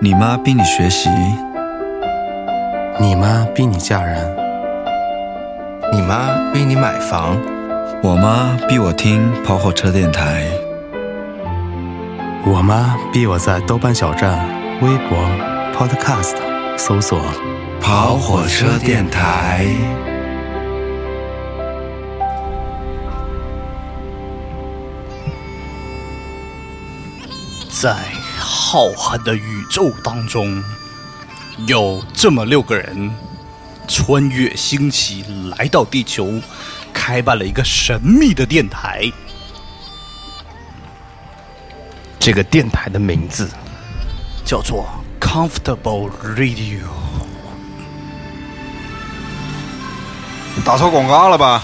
你妈逼你学习， 你妈逼你嫁人， 你妈逼你买房， 我妈逼我听跑火车电台， 我妈逼我在豆瓣小站、微博、Podcast 搜索跑火车电台。 在浩瀚的宇宙当中，有这么6个人穿越星系来到地球，开办了一个神秘的电台。 这个电台的名字叫做 Comfortable Radio。 打错广告了吧？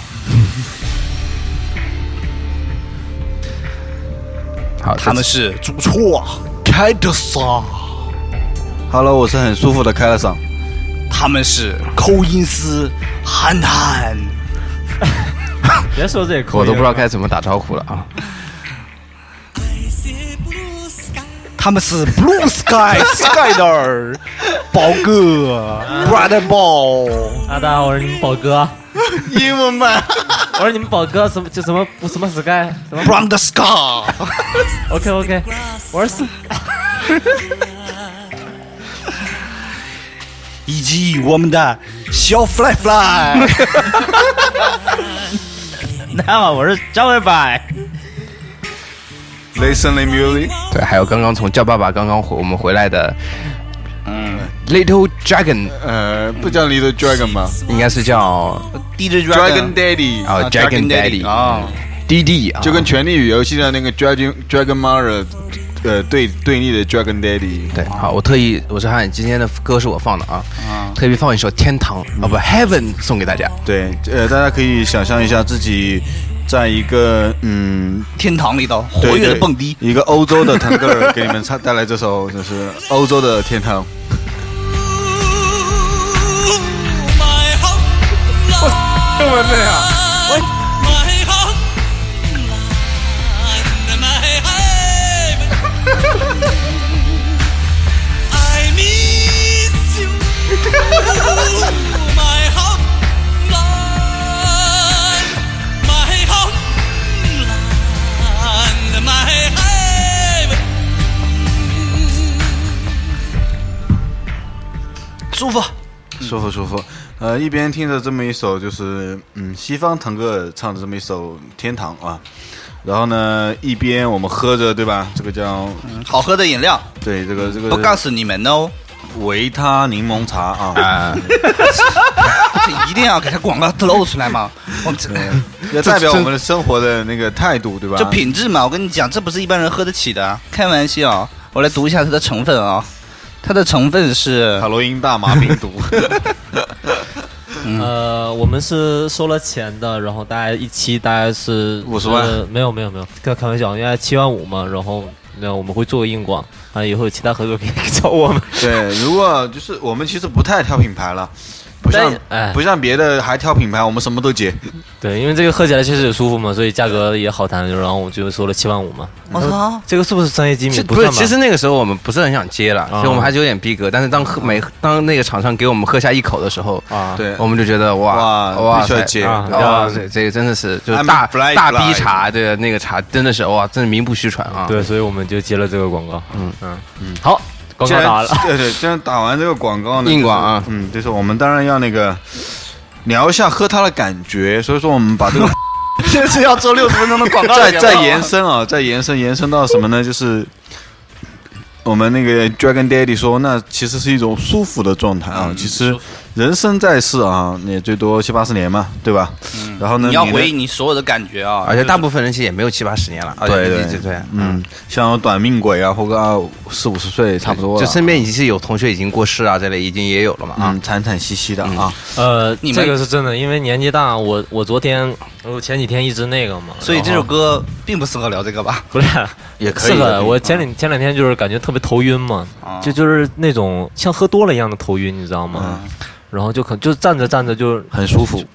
好， 他们是主错开德桑， Hello， 我是很舒服的开了嗓。 他们是抠音师憨憨， 别说这口音， 我都不知道该怎么打招呼了啊。 他们是 Blue Sky Skyler 宝哥 Brother 宝。 大家好，我是你们宝哥。 英文版。 我说你们宝哥什么就什么 Sky 什么 From the Sky。 OK， 我是以及我们的小 Fly。 大家好，我是张伟白。 Listen the music。 对，还有刚刚从叫爸爸我们回来的Little Dragon， 不叫 Little Dragon 吗？ 应该是叫 DJ Dragon Daddy 啊 Dragon Daddy 啊 ，DD 啊， 就跟权力与游戏的那个 Dragon Mother 对立的 Dragon Daddy。 对，好，我是汉，今天的歌是我放的啊，特别放一首《天堂》啊不 Heaven 送给大家。 对，大家可以想象一下自己在一个天堂里头活跃的蹦迪， 一个欧洲的腾格尔给你们带来这首就是欧洲的天堂。 英文的呀。 舒服，一边听着这么一首就是西方腾格尔唱的这么一首《天堂》啊，然后呢一边我们喝着对吧？这个叫好喝的饮料， 对，这个不告诉你们哦， 维他柠檬茶啊， 这一定要给它广告露出来嘛，我们要代表我们的生活的那个态度对吧？ 就品质嘛，我跟你讲，这不是一般人喝得起的，开玩笑。我来读一下它的成分啊。它的成分是海洛因大麻病毒。 我们是收了钱的，然后大概一期大概是 50万， 没有，开玩笑，因为7万5嘛，然后我们会做个硬广，以后有其他合作可以找我们。 对，如果就是我们其实不太挑品牌了。不像别的还挑品牌，我们什么都接。 对，因为这个喝起来确实也舒服嘛，所以价格也好谈，然后我就收了7万5嘛。 我操， 这个是不是商业机密？ 不是，其实那个时候我们不是很想接了，所以我们还是有点逼格。但是当那个厂商给我们喝下一口的时候， 对， 我们就觉得哇， 必须要接哇，这个真的是就是大逼茶，对，那个茶真的是哇，真的名不虚传啊。 对，所以我们就接了这个广告。好。广告打了， 对，这样打完这个广告呢， 硬广啊， 就是我们当然要那个聊一下喝它的感觉，所以说我们把这个这是要做60分钟的广告， 再延伸到什么呢？就是我们那个 Dragon Daddy 说，那其实是一种舒服的状态啊。其实人生在世啊，也最多7、80年嘛，对吧？然后呢， 你要回忆你所有的感觉啊， 而且大部分人其实也没有7、80年了。 对，像短命鬼啊，或者40、50岁差不多。 就身边已经是有同学已经过世啊，这类已经也有了嘛惨兮兮的啊。 这个是真的，因为年纪大，我前几天一直那个嘛， 所以这首歌并不适合聊这个吧？ 不是， 也可以。 是的，我前两天就是感觉特别头晕嘛，就是那种像喝多了一样的头晕，你知道吗？ 然后就站着就很舒服，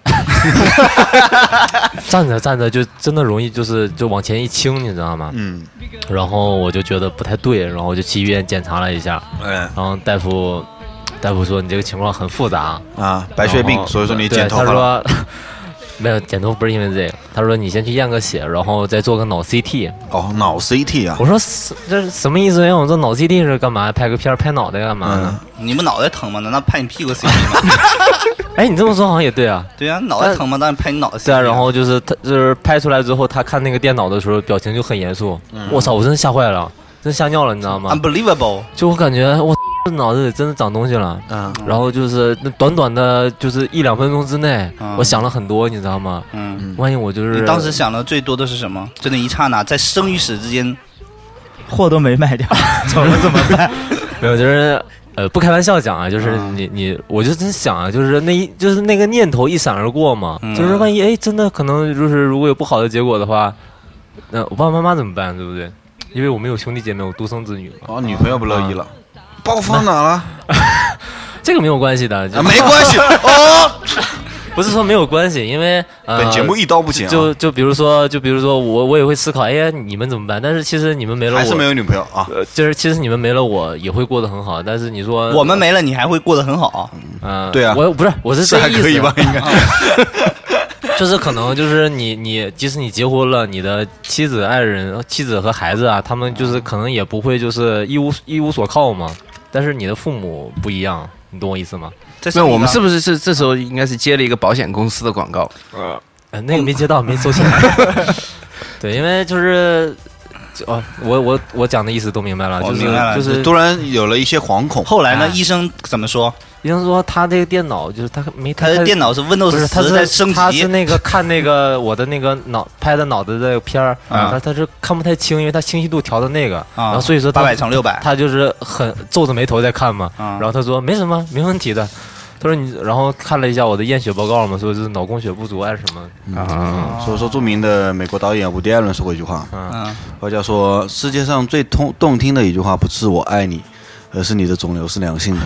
站着就真的容易就往前一倾，你知道吗？ 嗯， 然后我就觉得不太对，然后我就去医院检查了一下，然后大夫说你这个情况很复杂啊，白血病，所以说你剪头发了。 他说没有剪头不是因为这个，他说你先去验个血，然后再做个脑 CT。 哦，脑 CT 啊！ 我说这是什么意思？让我做脑 CT 是干嘛？拍个片拍脑袋干嘛呢？ 你们脑袋疼吗？难道拍你屁股 CT 吗？ 哎，你这么说好像也对啊。 对啊，脑袋疼吗？当然拍你脑袋 CT。 对啊，然后就是他就是拍出来之后，他看那个电脑的时候，表情就很严肃。我操，我真的吓坏了，真吓尿了，你知道吗 ？Unbelievable！ 就我感觉我脑子里真的长东西了。然后就是那短短的，就是1-2分钟之内，我想了很多，你知道吗？万一我就是你当时想的最多的是什么？就那一刹那，在生与死之间， 货都没卖掉，怎么办？ 没有，就是不开玩笑讲啊，就是我就真想啊，就是那个念头一闪而过嘛，就是万一真的可能就是如果有不好的结果的话，那我爸爸妈妈怎么办，对不对？因为我没有兄弟姐妹，我独生子女嘛。 哦，女朋友不乐意了，爆放哪了？ 这个没有关系的， 没关系哦。 不是说没有关系，因为本节目一刀不剪。 就比如说我也会思考，哎呀，你们怎么办？但是其实你们没了我， 还是没有女朋友啊。 就是其实你们没了我也会过得很好，但是你说我们没了你还会过得很好。 对啊， 我是这意思。 还可以吧？应该。 就是可能就是你即使你结婚了，你的妻子和孩子啊，他们就是可能也不会就是一无所靠嘛。但是你的父母不一样，你懂我意思吗？ 那我们是不是这时候应该是接了一个保险公司的广告？ 那个没接到，没收钱。对，因为就是我讲的意思都明白了，就是突然有了一些惶恐。 后来呢，医生怎么说？ 医生说他这个电脑就是他的电脑是 Windows 10在升级， 他是那个看那个我的那个拍的脑子的片儿，他是看不太清，因为他清晰度调的那个，然后所以说 800×600， 他就是很皱着眉头在看嘛，然后他说没什么，没问题的。他说你，然后看了一下我的验血报告嘛，说是脑供血不足还是什么所以说，著名的美国导演伍迪·艾伦说过一句话，话叫说世界上最动听的一句话不是我爱你，而是你的肿瘤是良性的。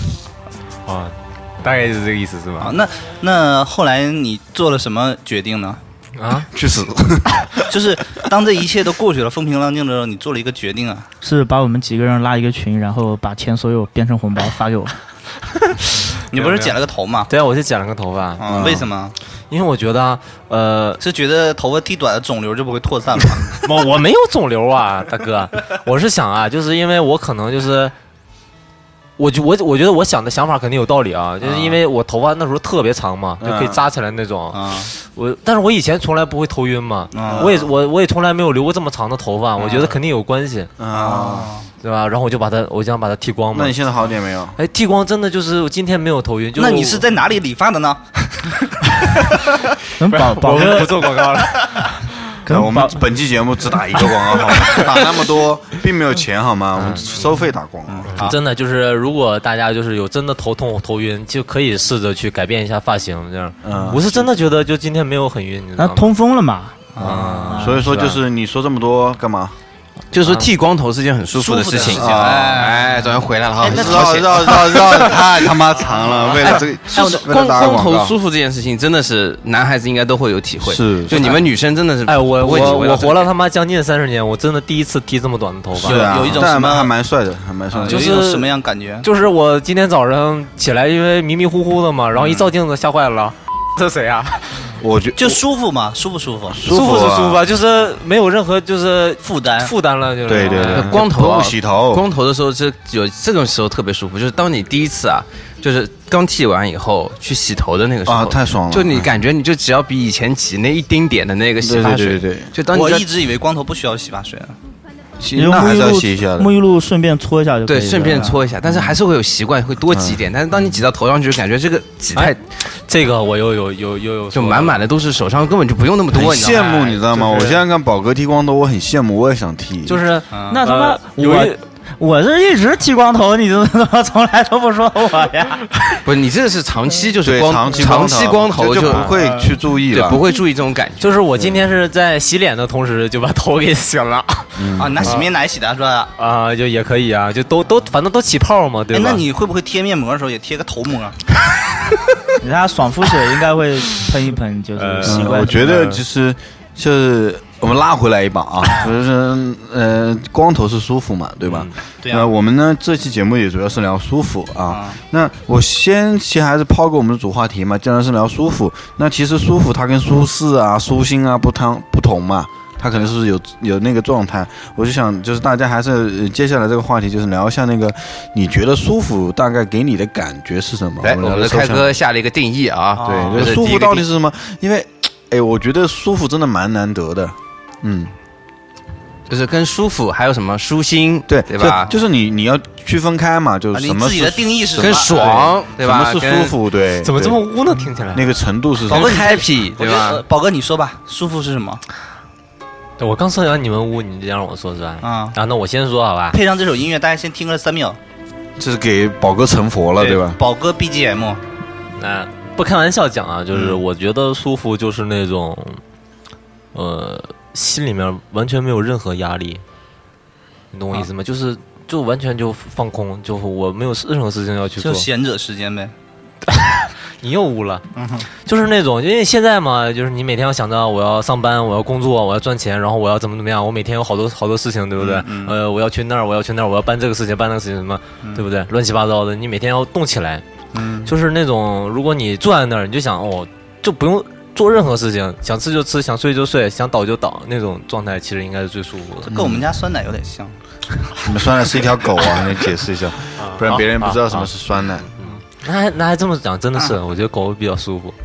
大概是这个意思是吧？ 那后来你做了什么决定呢？ 去死！ 就是当这一切都过去了，风平浪静的时候，你做了一个决定啊， 是把我们几个人拉一个群，然后把钱所有变成红包发给我。 你不是剪了个头吗？ 对啊，我是剪了个头发。 为什么？ 因为我觉得是觉得头发剃短的肿瘤就不会扩散吗？ 我没有肿瘤啊，大哥，我是想啊，就是因为我可能就是。我觉得我想的想法肯定有道理啊，就是因为我头发那时候特别长嘛，就可以扎起来那种。但是我以前从来不会头晕嘛，我也从来没有留过这么长的头发，我觉得肯定有关系对吧？然后我想把它剃光嘛。 那你现在好点没有？ 哎，剃光真的就是我今天没有头晕。 那你是在哪里理发的呢？ 我们不做广告了。 我们本期节目只打一个广告，好吗？打那么多并没有钱，好吗？我们收费打广告。 真的就是，如果大家就是有真的头痛头晕，就可以试着去改变一下发型，这样。我是真的觉得就今天没有很晕，你知道吗？ 通风了嘛？ 所以说就是你说这么多干嘛？ 就是说剃光头是件很舒服的事情。哎，终于回来了哈！ 绕太他妈长了，为了这个光头舒服这件事情，真的是男孩子应该都会有体会。 是， 就你们女生真的是哎，我活了他妈将近30年，我真的第一次剃这么短的头发。 有一种什么还蛮帅的，还蛮帅的。 有一种什么样感觉？ 就是我今天早上起来，因为迷迷糊糊的嘛，然后一照镜子吓坏了，这谁啊？ 我觉得就舒服嘛，舒不舒服？ 舒服是舒服啊，就是没有任何就是负担了，就是对。 光头不洗头， 光头的时候就有这种时候特别舒服，就是当你第一次啊，就是刚剃完以后去洗头的那个时候啊，太爽了！ 就你感觉你就只要比以前挤那一丁点的那个洗发水， 对， 就当你我一直以为光头不需要洗发水啊。 那还是要洗一下的， 沐浴露顺便搓一下就可以了。 对，顺便搓一下，但是还是会有习惯，会多挤一点。但是当你挤到头上去，就感觉这个挤太， 这个我有， 就满满的都是，手上根本就不用那么多。 羡慕你知道吗？我现在看宝哥剃光头，我很羡慕，我也想剃。 就是那他妈我是一直剃光头，你怎么从来都不说我呀？ 不是你这个是长期就是长期光头就不会去注意了， 不会注意这种感觉。 就是我今天是在洗脸的同时就把头给洗了。 啊，拿洗面奶洗的是吧？ 啊，就也可以啊，就都反正都起泡嘛，对吧？ 那你会不会贴面膜的时候也贴个头膜？ 你看爽肤水应该会喷一喷，就是习惯。 我觉得就是我们拉回来一把啊，就是光头是舒服嘛，对吧？ 对啊。 我们呢这期节目也主要是聊舒服啊。那我先期还是抛个我们的主话题嘛，既然是聊舒服，那其实舒服它跟舒适啊、舒心啊不同嘛。它可能是有那个状态，我就想就是大家还是接下来这个话题就是聊一下那个你觉得舒服大概给你的感觉是什么？ 来，我们的开哥下了一个定义啊， 对，舒服到底是什么？因为我觉得舒服真的蛮难得的， 就是跟舒服还有什么舒心， 对吧？ 就是你要区分开嘛，就是什么你自己的定义是什么？ 跟爽，对吧？ 什么是舒服？对， 怎么这么污呢？听起来那个程度是宝哥 happy， 对吧？ 宝哥你说吧，舒服是什么？ 我刚说完你们污，你就让我说是吧？那我先说好吧。 配上这首音乐，大家先听个3秒。 这是给宝哥成佛了，对吧？ 宝哥 BGM。 那不开玩笑讲啊，就是我觉得舒服就是那种，心里面完全没有任何压力，你懂我意思吗？就完全就放空，就我没有任何事情要去做， 就闲者时间呗。 你又污了，就是那种，因为现在嘛，就是你每天要想着我要上班，我要工作，我要赚钱，然后我要怎么样，我每天有好多事情，对不对？我要去那儿，我要办这个事情，办那个事情，什么，对不对？乱七八糟的，你每天要动起来，就是那种，如果你坐在那儿，你就想就不用做任何事情，想吃就吃，想睡就睡，想倒就倒，那种状态其实应该是最舒服的。 这跟我们家酸奶有点像。 你们酸奶是一条狗啊，你解释一下，不然别人不知道什么是酸奶。 那还这么讲，真的是，我觉得狗比较舒服。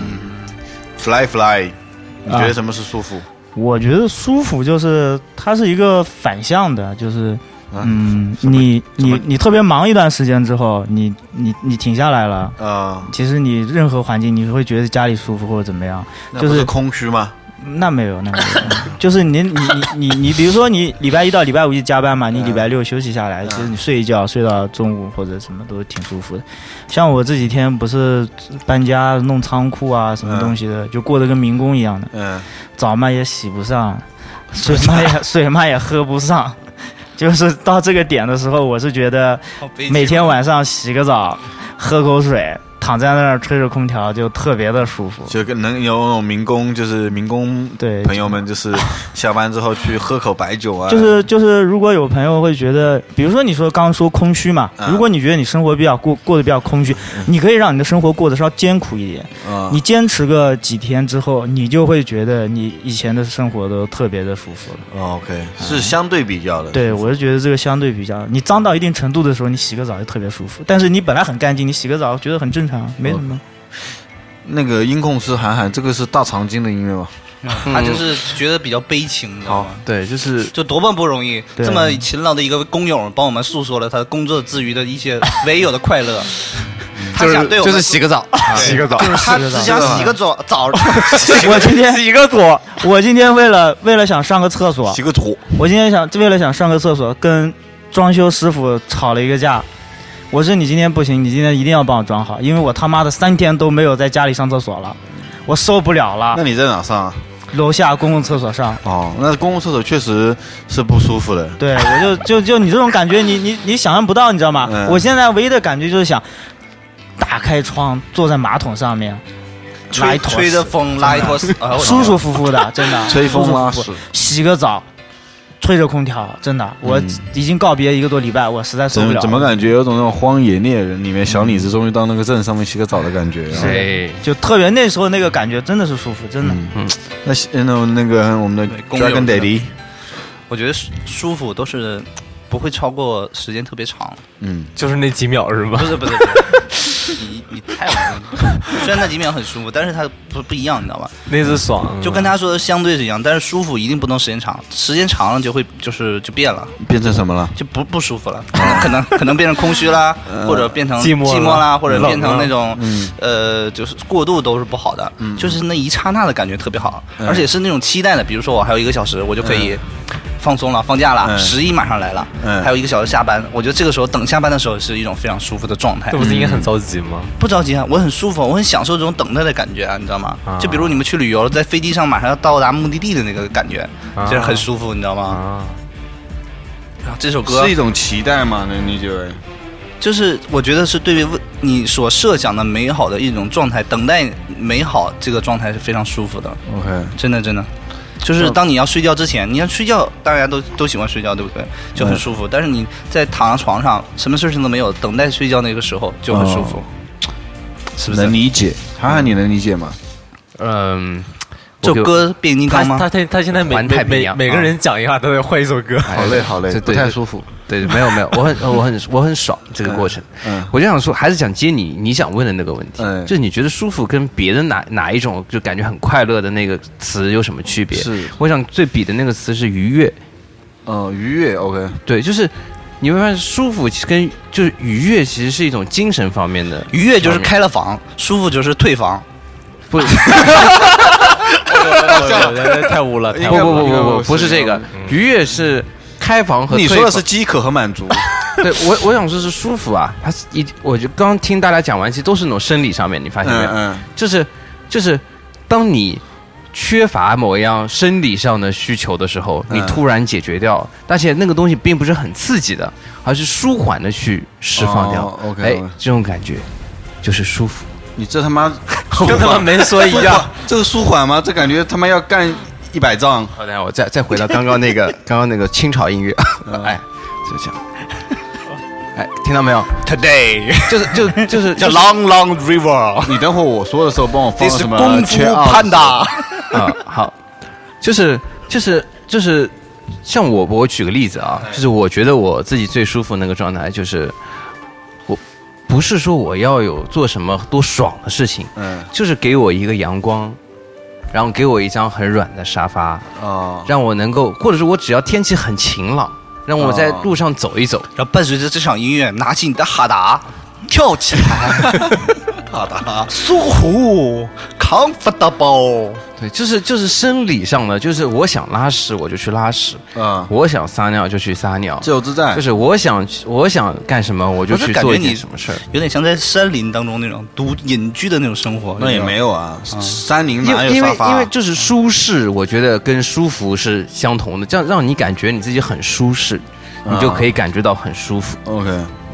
Fly， 你觉得什么是舒服？ 我觉得舒服就是它是一个反向的，就是你特别忙一段时间之后，你停下来了其实你任何环境你会觉得家里舒服或者怎么样， 就是空虚吗？ 那没有，就是你比如说你礼拜1到礼拜5加班嘛，你礼拜6休息下来，其实你睡一觉睡到中午或者什么都挺舒服的。像我这几天不是搬家弄仓库啊什么东西的，就过得跟民工一样的，澡嘛也洗不上，水嘛也喝不上，就是到这个点的时候，我是觉得每天晚上洗个澡，喝口水。躺在那儿吹着空调就特别的舒服， 就能有那种民工对朋友们就是下班之后去喝口白酒啊。 就是如果有朋友会觉得，比如说你刚刚说空虚嘛，如果你觉得你生活过得比较空虚，你可以让你的生活过得稍艰苦一点。你坚持个几天之后，你就会觉得你以前的生活都特别的舒服了。 OK， 是相对比较的。 对，我是觉得这个相对比较，你脏到一定程度的时候，你洗个澡就特别舒服。但是你本来很干净，你洗个澡觉得很正常。没什么。 那个音控师韩寒，这个是大长今的音乐吗？ 他就是觉得比较悲情，知道吗？ 对， 就多么不容易，这么勤劳的一个工友，帮我们诉说了他工作之余的一些唯有的快乐。他想对我们就是洗个澡， 洗个澡， 他只想洗个澡。 我今天洗个澡，我今天为了想上个厕所， 洗个澡。 我今天为了想上个厕所，跟装修师傅吵了一个架。我说你今天不行，你今天一定要帮我装好，因为我他妈的3天都没有在家里上厕所了，我受不了了。 那你在哪上啊？ 楼下公共厕所上。 那公共厕所确实是不舒服的。 对，我就你这种感觉，你想象不到，你知道吗？我现在唯一的感觉就是想打开窗，坐在马桶上面， 吹着风，拉一坨屎， 舒舒服服的，真的。 吹风拉屎， 洗个澡。吹着空调，真的，我已经告别1个多礼拜，我实在受不了。 怎么感觉有种那种荒野猎人里面小李子终于到那个镇上面洗个澡的感觉？ 对，就特别那时候那个感觉真的是舒服，真的。 那个我们的 Dragon Daddy， 我觉得舒服都是不会超过时间特别长。 就是那几秒是吧？ 不是。你太完了，虽然那几秒很舒服，但是它不一样，你知道吧？ 那是爽， 就跟他说的相对是一样，但是舒服一定不能时间长，时间长了就会就变了， 变成什么了？ 就不舒服了，可能变成空虚啦，或者变成寂寞啦，或者变成那种就是过度都是不好的，就是那一刹那的感觉特别好，而且是那种期待的，比如说我还有1个小时，我就可以放松了，放假了，11马上来了，还有1个小时下班，我觉得这个时候等下班的时候是一种非常舒服的状态。 这不是应该很着急吗？ 不着急啊，我很舒服，我很享受这种等待的感觉啊，你知道吗？就比如你们去旅游，在飞机上马上要到达目的地的那个感觉，就是很舒服，你知道吗？这首歌是一种期待吗？你觉得？ 就是我觉得是对于你所设想的美好的一种状态，等待美好这个状态是非常舒服的。 OK， 真的，就是当你要睡觉之前，你要睡觉，大家都喜欢睡觉，对不对？就很舒服。但是你在躺在床上，什么事情都没有，等待睡觉那个时候就很舒服，是不是？ 能理解。涵涵，你能理解吗？ 这首歌变形金刚吗？ 他现在每个人讲一下都得换一首歌， 好累，不太舒服。 对，没有，我很爽这个过程。我就想说，还是想接你想问的那个问题，就是你觉得舒服跟别人哪一种就感觉很快乐的那个词有什么区别？ 是， 我想最比的那个词是愉悦。 愉悦 ，OK， 对，就是你会发现舒服跟就是愉悦其实是一种精神方面的， 愉悦就是开了房，舒服就是退房。 不是。 太污了！ 不是这个，愉悦是开房和退房。 你说的是饥渴和满足。 对，我想说是舒服啊。我就刚听大家讲完，其实都是那种生理上面，你发现没有？就是当你缺乏某一样生理上的需求的时候，你突然解决掉，而且那个东西并不是很刺激的，而是舒缓的去释放掉。 OK， 这种感觉就是舒服。 你这他妈跟他们没说一样， 这个舒缓吗？这感觉他妈要干100仗。 好的，我再回到刚刚那个清朝音乐，哎，就这样，哎，听到没有 ？Today 就是叫 Long River。 你等会儿我说的时候帮我放什么？ 功夫潘达。 好，就是像我举个例子啊，就是我觉得我自己最舒服那个状态就是。不是说我要有做什么多爽的事情，就是给我一个阳光，然后给我一张很软的沙发，让我能够，或者是我只要天气很晴朗，让我在路上走一走， 然后伴随着这场音乐，拿起你的哈达，跳起来，哈达，舒服 ，comfortable。 对，就是生理上的，就是我想拉屎我就去拉屎，我想撒尿就去撒尿， 自由自在。 就是我想干什么我就去做一件什么事儿， 有点像在山林当中那种隐居的那种生活。 那也没有啊，山林哪有沙发？ 因为就是舒适，我觉得跟舒服是相同的，这样让你感觉你自己很舒适，你就可以感觉到很舒服。 OK。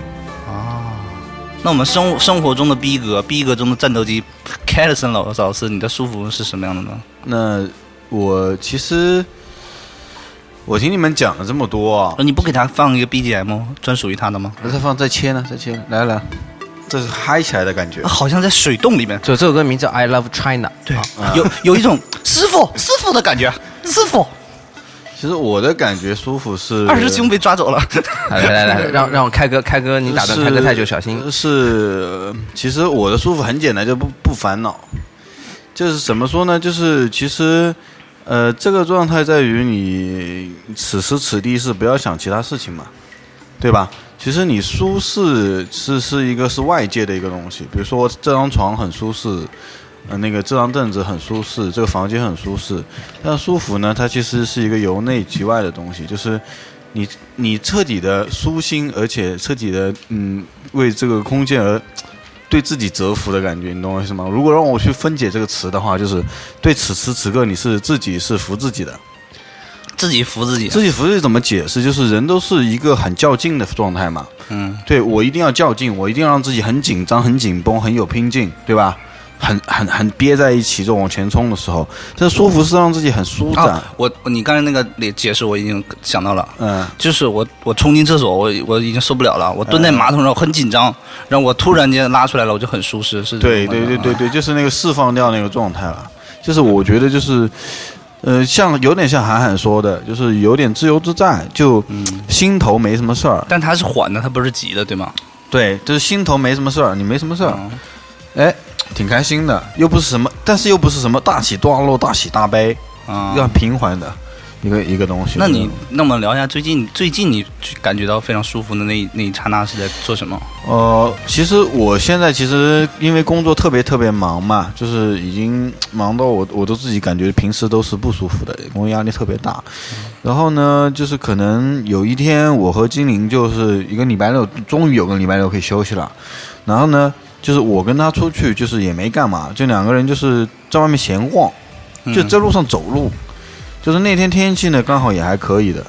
那我们生活中的逼格中的战斗机凯尔森老师，你的舒服是什么样的呢？ 那我其实我听你们讲了这么多啊， 你不给他放一个 BGM 专属于他的吗？ 再切呢，来，这是嗨起来的感觉， 好像在水洞里面。 这首歌名叫 I Love China， 对，有一种师傅的感觉，师傅。 其实我的感觉舒服是二师兄被抓走了。 来，让开哥，你打断开哥太久，小心。 其实我的舒服很简单，就不烦恼。就是怎么说呢？就是其实，这个状态在于你此时此地是不要想其他事情嘛，对吧？其实你舒适是一个是外界的一个东西，比如说这张床很舒适。这张凳子很舒适，这个房间很舒适，但舒服呢，它其实是一个由内及外的东西，就是你彻底的舒心，而且彻底的为这个空间而对自己折服的感觉，你懂我意思吗？如果让我去分解这个词的话，就是对此时此刻你是自己是服自己的， 自己服自己， 自己服自己怎么解释？就是人都是一个很较劲的状态嘛，对我一定要较劲，我一定要让自己很紧张、很紧绷、很有拼劲，对吧？很憋在一起，就往前冲的时候，这舒服是让自己很舒展。 你刚才那个解释我已经想到了，就是我冲进厕所，我已经受不了了，我蹲在马桶上很紧张，然后我突然间拉出来了，我就很舒适，是对，就是那个释放掉那个状态了。就是我觉得就是有点像韩寒说的，就是有点自由自在，就心头没什么事儿。 但它是缓的，它不是急的，对吗？ 对，就是心头没什么事儿，你没什么事儿，哎。挺开心的，但是又不是什么大起大落、大喜大悲，要平缓的一个东西。 那我们聊一下最近你感觉到非常舒服的那一刹那是在做什么？ 其实我现在因为工作特别忙嘛，就是已经忙到我都自己感觉平时都是不舒服的，工作压力特别大。然后呢，就是可能有一天我和精灵就是一个礼拜六，终于有个礼拜六可以休息了。然后呢，就是我跟他出去，就是也没干嘛，就两个人就是在外面闲逛，就在路上走路。就是那天天气呢刚好也还可以的，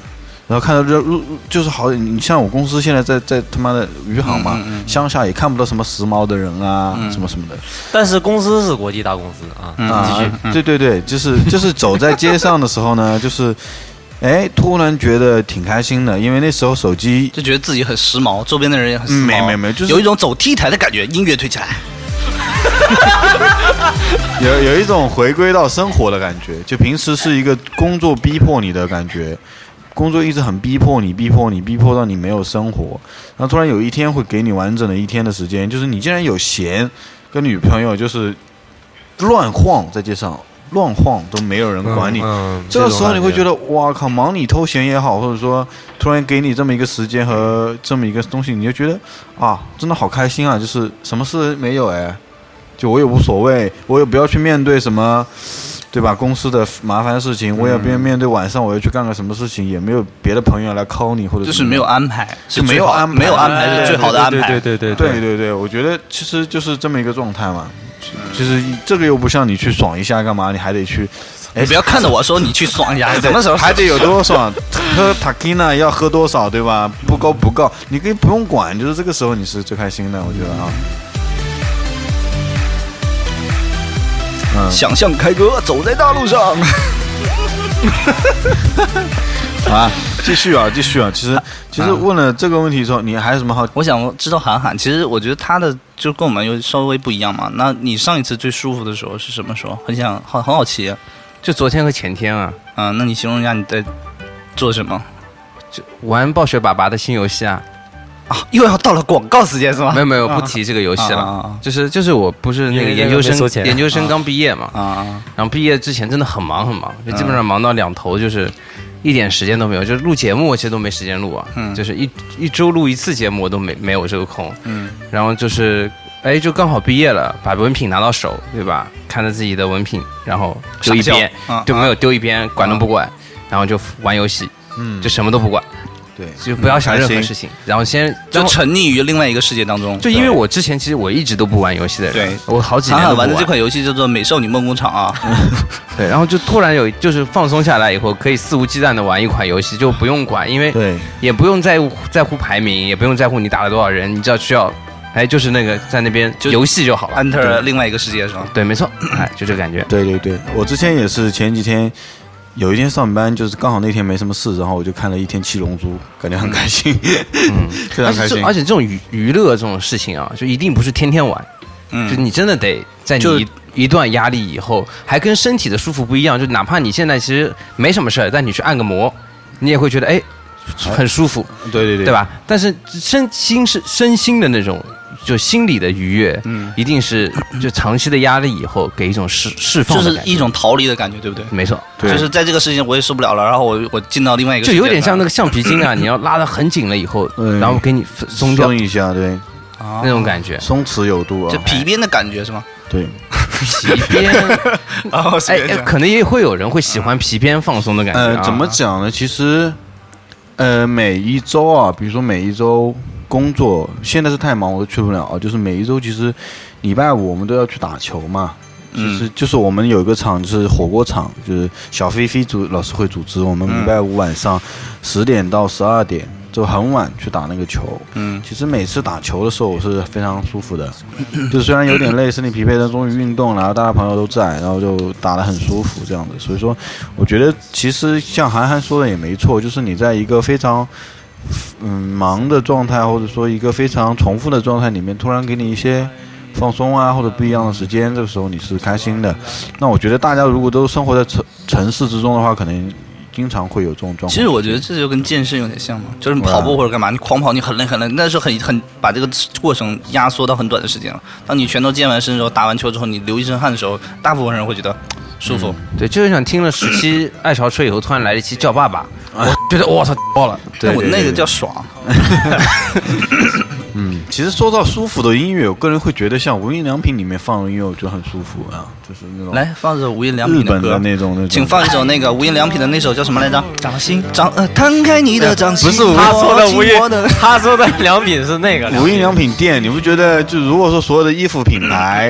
然后看到就是好，你像我公司现在在他妈的余杭嘛，乡下也看不到什么时髦的人啊，什么什么的。 但是公司是国际大公司啊。继续。 对，就是走在街上的时候呢，就是，突然觉得挺开心的，因为那时候手机就觉得自己很时髦，周边的人也很时髦， 没，就是有一种走 T 台的感觉，音乐推起来。 有一种回归到生活的感觉，就平时是一个工作逼迫你的感觉，工作一直很逼迫到你没有生活，然后突然有一天会给你完整的一天的时间，就是你竟然有闲，跟女朋友就是乱晃在街上，乱晃都没有人管你，这个时候你会觉得哇靠，忙里偷闲也好，或者说突然给你这么一个时间和这么一个东西，你就觉得啊，真的好开心啊，就是什么事没有就我也无所谓，我也不要去面对什么，对吧？公司的麻烦事情，我也不要面对晚上我要去干个什么事情，也没有别的朋友来 call 你，或者就是没有安排， 就没有安排是最好的安排。 对，我觉得其实就是这么一个状态嘛。就是这个又不像你去爽一下干嘛，你还得去。 你不要看着我说你去爽一下，什么时候还得有多爽？喝 Takina 要喝多少，对吧？不够，你可以不用管，就是这个时候你是最开心的，我觉得啊。 想象开哥走在大路上。 继续啊！其实问了这个问题之后，你还有什么好？ 我想知道韩寒，其实我觉得他的就跟我们有稍微不一样嘛。那你上一次最舒服的时候是什么时候？很好奇。 就昨天和前天啊。 那你形容一下你在做什么？ 就玩暴雪爸爸的新游戏啊。 又要到了广告时间是吗？ 没有，不提这个游戏了。就是我不是那个研究生刚毕业嘛，然后毕业之前真的很忙，就基本上忙到两头，就是一点时间都没有。就是录节目我其实都没时间录啊，就是一周录一次节目我都没有这个空。然后就是就刚好毕业了，把文凭拿到手，对吧？看着自己的文凭，然后丢一边，就没有丢一边，管都不管，然后就玩游戏，就什么都不管。对，就不要想任何事情，然后就沉溺于另外一个世界当中。 就因为我之前其实我一直都不玩游戏的人，对，我好几年都不玩。 玩的这款游戏叫做《美少女梦工厂》啊。 对，然后就突然就是放松下来以后，可以肆无忌惮的玩一款游戏，就不用管，因为也不用在乎排名，也不用在乎你打了多少人，你只要需要，就是那个在那边游戏就好了。 enter 另外一个世界是吧？ 对，没错，就这个感觉。 对，我之前也是前几天。有一天上班，就是刚好那天没什么事，然后我就看了一天《七龙珠》，感觉很开心，非常开心。 而且这种娱乐这种事情啊，就一定不是天天玩，就你真的得在你一段压力以后，还跟身体的舒服不一样。就哪怕你现在其实没什么事儿，但你去按个摩，你也会觉得很舒服，对吧？但是身心的那种。就心理的愉悦，一定是就长期的压力以后给一种释放的感觉， 就是一种逃离的感觉，对不对？ 没错， 就是在这个事情我也受不了了，然后我进到另外一个世界， 就有点像那个橡皮筋啊，你要拉得很紧了以后，然后给你松一下，对， 那种感觉， 松弛有度啊， 就皮鞭的感觉是吗？ 对， 皮鞭，可能也会有人会喜欢皮鞭放松的感觉。 怎么讲呢？其实，每一周啊，比如说每一周。工作现在是太忙，我都去不了。就是每一周，其实礼拜五我们都要去打球嘛。就是我们有一个场，就是火锅场，就是小飞飞老师会组织我们礼拜五晚上10点到12点，就很晚去打那个球。其实每次打球的时候，我是非常舒服的。就虽然有点累，身体疲惫，但终于运动了，然后大家朋友都在，然后就打得很舒服这样的。所以说，我觉得其实像韩寒说的也没错，就是你在一个非常。忙的状态，或者说一个非常重复的状态里面，突然给你一些放松啊，或者不一样的时间，这个时候你是开心的。那我觉得大家如果都生活在城市之中的话，可能经常会有这种状况。 其实我觉得这就跟健身有点像嘛，就是你跑步或者干嘛，你狂跑，你很累，但是很把这个过程压缩到很短的时间了。当你全都健完身之后，打完球之后，你流一身汗的时候，大部分人会觉得舒服。 对，就是想听了10期爱巢车以后，突然来了一期叫爸爸。我觉得我操爆了， 对，我那个叫爽。 其实说到舒服的音乐，我个人会觉得像无印良品里面放的音乐，我觉得很舒服啊，就是那种来放着无印良品的歌， 日本的那种， 请放一首那个无印良品的那首叫什么来着？掌心，摊开你的掌心。 不是他说的无印，他说的良品是那个无印良品店，你不觉得就如果说所有的衣服品牌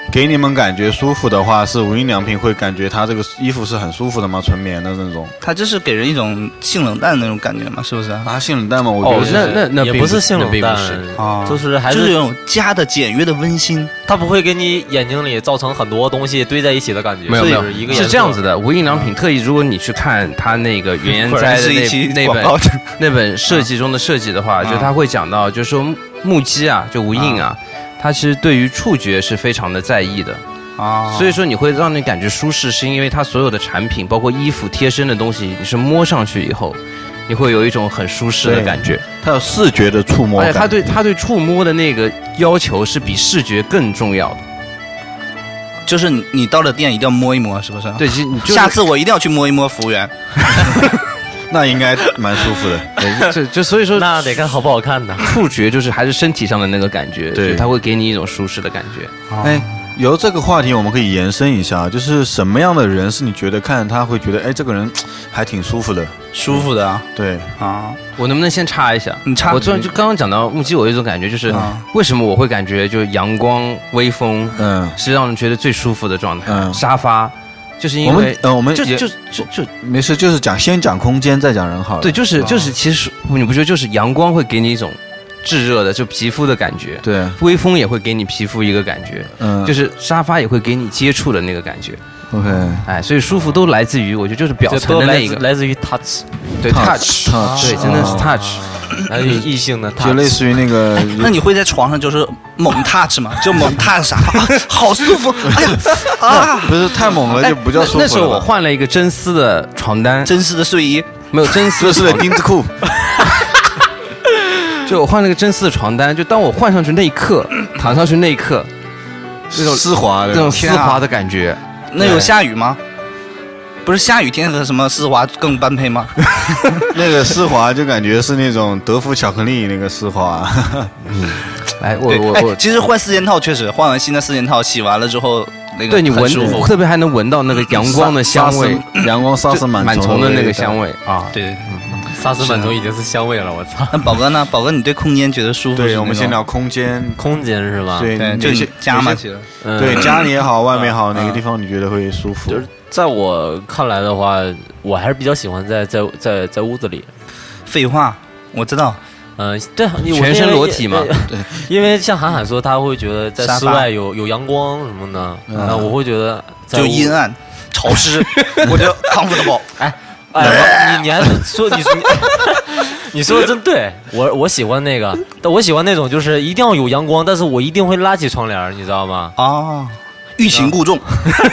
给你们感觉舒服的话，是无印良品会感觉它这个衣服是很舒服的吗？纯棉的那种？ 它就是给人一种性冷淡的那种感觉嘛，是不是？ 啊，性冷淡吗？我觉得那也不是性冷淡啊， 就是还是有种家的简约的温馨， 它不会给你眼睛里造成很多东西堆在一起的感觉。 没有，是这样子的。无印良品特意，如果你去看它那个原研哉的那本设计中的设计的话，就他会讲到，就是说木屐啊，就无印啊，它其实对于触觉是非常的在意的。所以说你会让你感觉舒适，是因为它所有的产品，包括衣服贴身的东西，你是摸上去以后，你会有一种很舒适的感觉。 它有视觉的触摸感， 而且它对触摸的那个要求是比视觉更重要的。 就是你到了店一定要摸一摸，是不是？ 对， 下次我一定要去摸一摸服务员。 那应该蛮舒服的。 对，就所以说那得看好不好看呢。 触觉就是还是身体上的那个感觉，对，它会给你一种舒适的感觉。 哎。由这个话题我们可以延伸一下，就是什么样的人是你觉得看他会觉得，哎，这个人还挺舒服的， 啊？ 对啊， 我能不能先插一下？ 你插。 我突然就刚刚讲到木屐，我有一种感觉，就是为什么我会感觉就是阳光、微风，是让人觉得最舒服的状态。沙发，就是因为我们就没事，就是先讲空间，再讲人好了。 对，就是其实你不觉得就是阳光会给你一种炙热的就皮肤的感觉， 对， 微风也会给你皮肤一个感觉，就是沙发也会给你接触的那个感觉。 OK， 哎，所以舒服都来自于，我觉得就是表层的那一个， 来自于 touch， 对 touch， 对，真的是 touch， 来自于异性的 touch， 就类似于那个。 那你会在床上就是猛 touch 吗？就猛 touch 沙发，好舒服！哎呀啊，不是太猛了就不叫舒服了。 那时候我换了一个真丝的床单， 真丝的睡衣， 没有真丝的丁字裤。 就我换了个真丝的床单，就当我换上去那一刻，躺上去那一刻，那种丝滑的， 那种丝滑的感觉。 那有下雨吗？不是下雨天和什么丝滑更般配吗？ 那个丝滑就感觉是那种德芙巧克力那个丝滑。 哎，我其实换4件套确实，换完新的4件套，洗完了之后那个对你闻，特别还能闻到那个阳光的香味， 阳光沙士螨虫的那个香味啊， 对。 沙士螨虫已经是香味了，我操！ 那宝哥呢？宝哥，你对空间觉得舒服？ 对，我们先聊空间是吧？ 对， 就家嘛，其实。 对，家里也好，外面也好，哪个地方你觉得会舒服？ 就是在我看来的话，我还是比较喜欢在屋子里。 废话，我知道。 对， 全身裸体嘛。 对，因为像韩寒说，他会觉得在室外有阳光什么的，那我会觉得就阴暗、潮湿，我就 comfortable。 你还是说你说的真对，我喜欢那个，但我喜欢那种就是一定要有阳光，但是我一定会拉起窗帘，你知道吗？ 啊，欲擒故纵。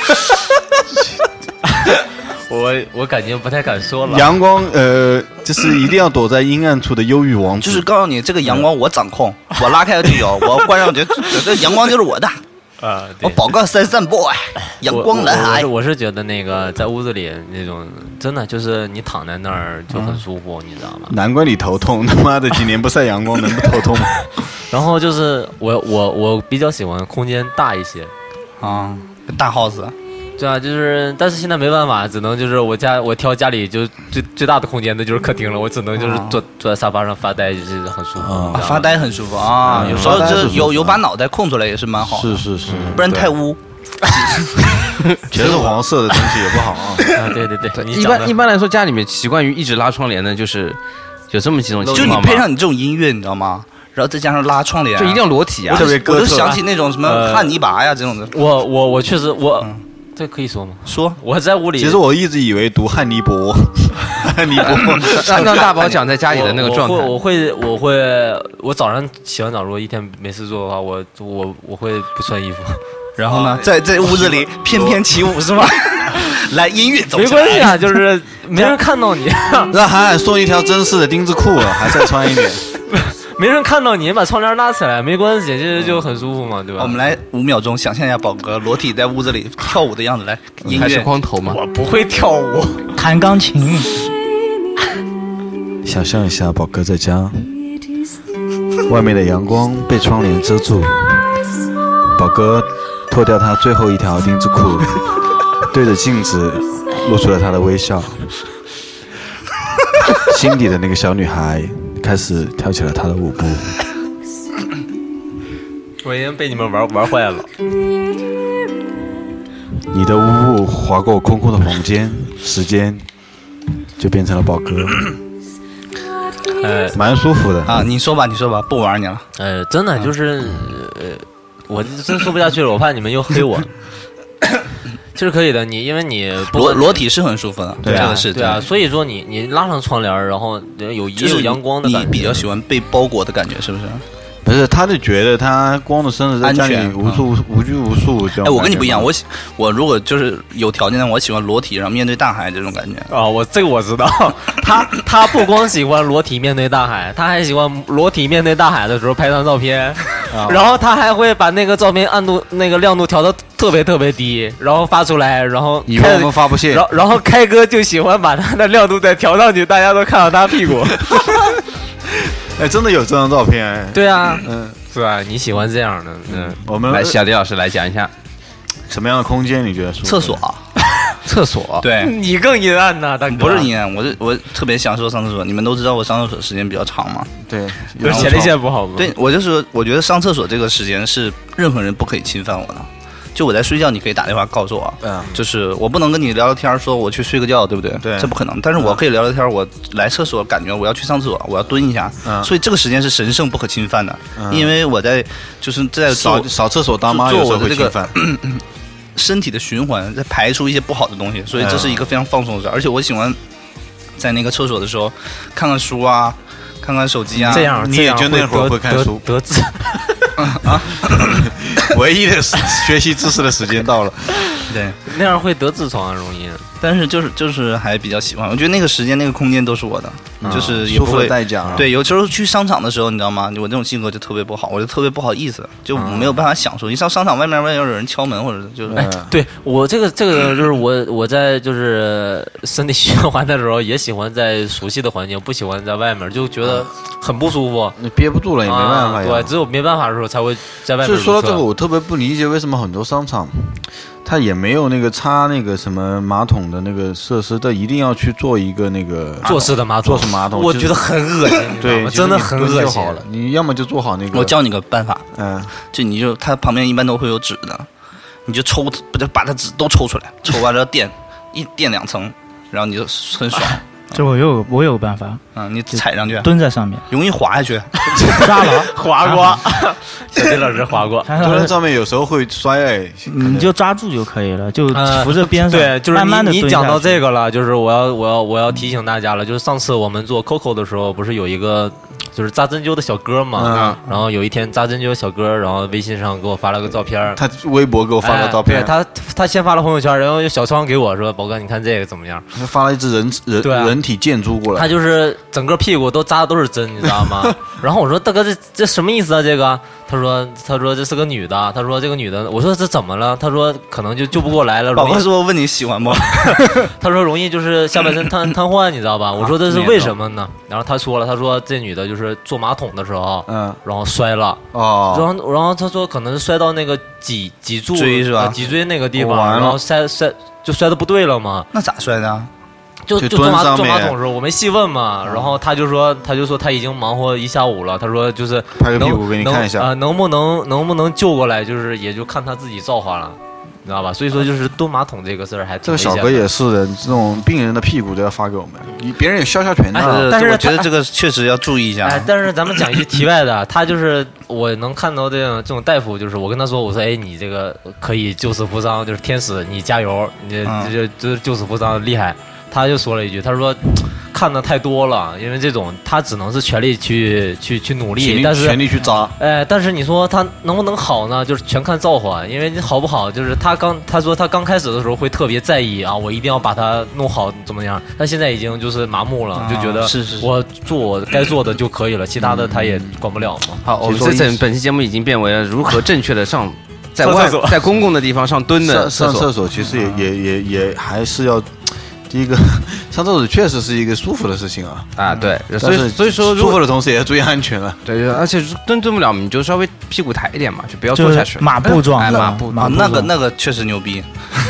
我感觉不太敢说了。 阳光就是一定要躲在阴暗处的忧郁王子。 就是告诉你，这个阳光我掌控，我拉开了就有，我关上就这阳光就是我的。我宝个33 boy， 阳光男孩。 我是觉得那个在屋子里那种，真的就是你躺在那儿就很舒服，你知道吗？ 难怪你头痛，他妈的几年不晒阳光能不头痛吗？ 然后就是我比较喜欢空间大一些， 大 house。 对啊，就是但是现在没办法，只能就是我挑家里就最大的空间的就是客厅了，我只能就是坐在沙发上发呆，就是很舒服。 发呆很舒服啊，有时候就有把脑袋空出来也是蛮好的。 是， 不然太污。 全是黄色的东西也不好啊。 对， 一般来说，家里面习惯于一直拉窗帘的，就是有这么几种情况。 就你配上你这种音乐，你知道吗？然后再加上拉窗帘， 就一定要裸体啊！ 我就想起那种什么汉尼拔呀这种的。 我确实这可以说吗？ 说我在屋里， 其实我一直以为读汉尼伯， 让大宝讲在家里的那个状态。 我早上洗完澡如果一天没事做的话，我会不穿衣服。 然后呢，在屋子里翩翩起舞是吗？来，音乐走起来。 没关系啊，就是没人看到你。 让韩寒送一条真丝的丁字裤了，还再穿一点。 没人看到你，把窗帘拉起来，没关系，这就很舒服嘛，对吧？ 我们来5秒钟，想象一下宝哥裸体在屋子里跳舞的样子，来，音乐。 还是光头吗？ 我不会跳舞， 弹钢琴。 想象一下，宝哥在家，外面的阳光被窗帘遮住，宝哥脱掉他最后一条丁字裤，对着镜子露出了他的微笑，心底的那个小女孩开始跳起了她的舞步。 我已经被你们玩坏了。 你的呜呜划过空空的房间，时间就变成了宝哥，蛮舒服的啊。你说吧，不玩你了。 真的就是我真说不下去了，我怕你们又黑我。其实可以的，因为你裸体是很舒服的， 对啊， 这个是对啊，所以说你拉上窗帘，然后也有阳光的感觉。 你比较喜欢被包裹的感觉，是不是？ 不是，他就觉得他光着身子在家里无拘无束。哎， 我跟你不一样，我如果就是有条件的，我喜欢裸体，然后面对大海这种感觉。 这个我知道，他不光喜欢裸体面对大海，他还喜欢裸体面对大海的时候拍张照片，然后他还会把那个照片暗度那个亮度调得特别特别低，然后发出来，然后以为我们发不现， 然后开哥就喜欢把他的亮度再调上去，大家都看到他屁股。 哎，真的有这张照片哎。 对啊，是吧？你喜欢这样的， 我们来，小李老师来讲一下， 什么样的空间你觉得舒服？ 厕所。 厕所， 对， 你更阴暗呐，大哥。 不是阴暗，我特别享受上厕所。你们都知道我上厕所时间比较长嘛？ 对， 前列腺不好吗？ 对，我觉得上厕所这个时间是任何人不可以侵犯我的。就我在睡觉，你可以打电话告诉我，就是我不能跟你聊聊天，说我去睡个觉，对不对？ 对， 这不可能。但是我可以聊聊天，我来厕所，感觉我要去上厕所，我要蹲一下，所以这个时间是神圣不可侵犯的，因为我在就是在扫厕所大妈有时候会侵犯。 身体的循环在排出一些不好的东西，所以这是一个非常放松的事。而且我喜欢在那个厕所的时候看看书啊，看看手机啊。 这样你也就那会儿会看书， 得志啊！唯一的学习知识的时间到了。 对， 那样会得痔疮啊，容易。 但是就是还比较喜欢，我觉得那个时间那个空间都是我的，就是也不会代价。 对，有时候去商场的时候，你知道吗？我这种性格就特别不好，我就特别不好意思，就没有办法享受。一上商场外面有人敲门或者就是， 对我这个就是我在就是身体循环的时候，也喜欢在熟悉的环境，不喜欢在外面，就觉得很不舒服。 你憋不住了也没办法呀。 对，只有没办法的时候才会在外面。 就说到这个，我特别不理解为什么很多商场。他也没有那个擦那个什么马桶的那个设施，他一定要去做一个那个坐式的马桶。坐式马桶， 我觉得很恶心， 对， 真的很恶心。 你要么就做好那个。 我教你个办法，就它旁边一般都会有纸的，你就把它纸都抽出来，抽完了垫2层，然后你就很爽。 这我有个办法， 你踩上去， 蹲在上面， 容易滑下去， 抓牢， 滑过。小丁老师滑过， 蹲在上面有时候会摔， 你就抓住就可以了，就扶着边上， 对，就是慢慢的。 你讲到这个了，就是我要提醒大家了，就是上次我们做 Coco 的时候，不是有一个就是扎针灸的小哥嘛，然后有一天扎针灸小哥，然后微信上给我发了个照片， 他微博给我发了照片， 对他先发了朋友圈，然后小窗给我说，宝哥你看这个怎么样？ 他发了一只人体箭猪过来， 他就是整个屁股都扎的都是针，你知道吗？然后我说大哥这什么意思啊？这个他说这是个女的，他说这个女的，我说这怎么了？他说可能就救不过来了。 宝哥说问你喜欢不？ 他说容易就是下半身瘫痪，你知道吧？我说这是为什么呢？然后他说了，他说这女的就是坐马桶的时候，然后摔了，然后他说可能是摔到那个脊柱椎是吧？ 脊椎那个地方，然后摔的不对了嘛？ 那咋摔的啊？ 就坐马桶的时候，我没细问嘛，然后他就说他已经忙活一下午了，他说就是拍个屁股给你看一下能不能救过来，就是也就看他自己造化了，你知道吧？所以说就是蹲马桶这个事儿还挺危险的。 这个小哥也是的，这种病人的屁股都要发给我们，别人也消拳的。 但是我觉得这个确实要注意一下。 但是咱们讲一句题外的，他就是我能看到这种大夫，就是我跟他说，我说哎你这个可以救死扶伤，就是天使你加油，你就是救死扶伤厉害。他就说了一句，他说看的太多了，因为这种他只能是全力去努力，但是全力去扎。 但是你说他能不能好呢？就是全看造化，因为你好不好，就是他说他刚开始的时候会特别在意啊，我一定要把它弄好怎么样？他现在已经就是麻木了，就觉得我做我该做的就可以了，其他的他也管不了嘛。 好，我们本期节目已经变为了如何正确的在公共的地方上蹲的上厕所，其实也还是要。第一个，上厕所确实是一个舒服的事情啊， 对，所以说舒服的同时也要注意安全了。 对，而且蹲不了，你就稍微屁股抬一点嘛，就不要坐下去。 马步状， 马步那个确实牛逼。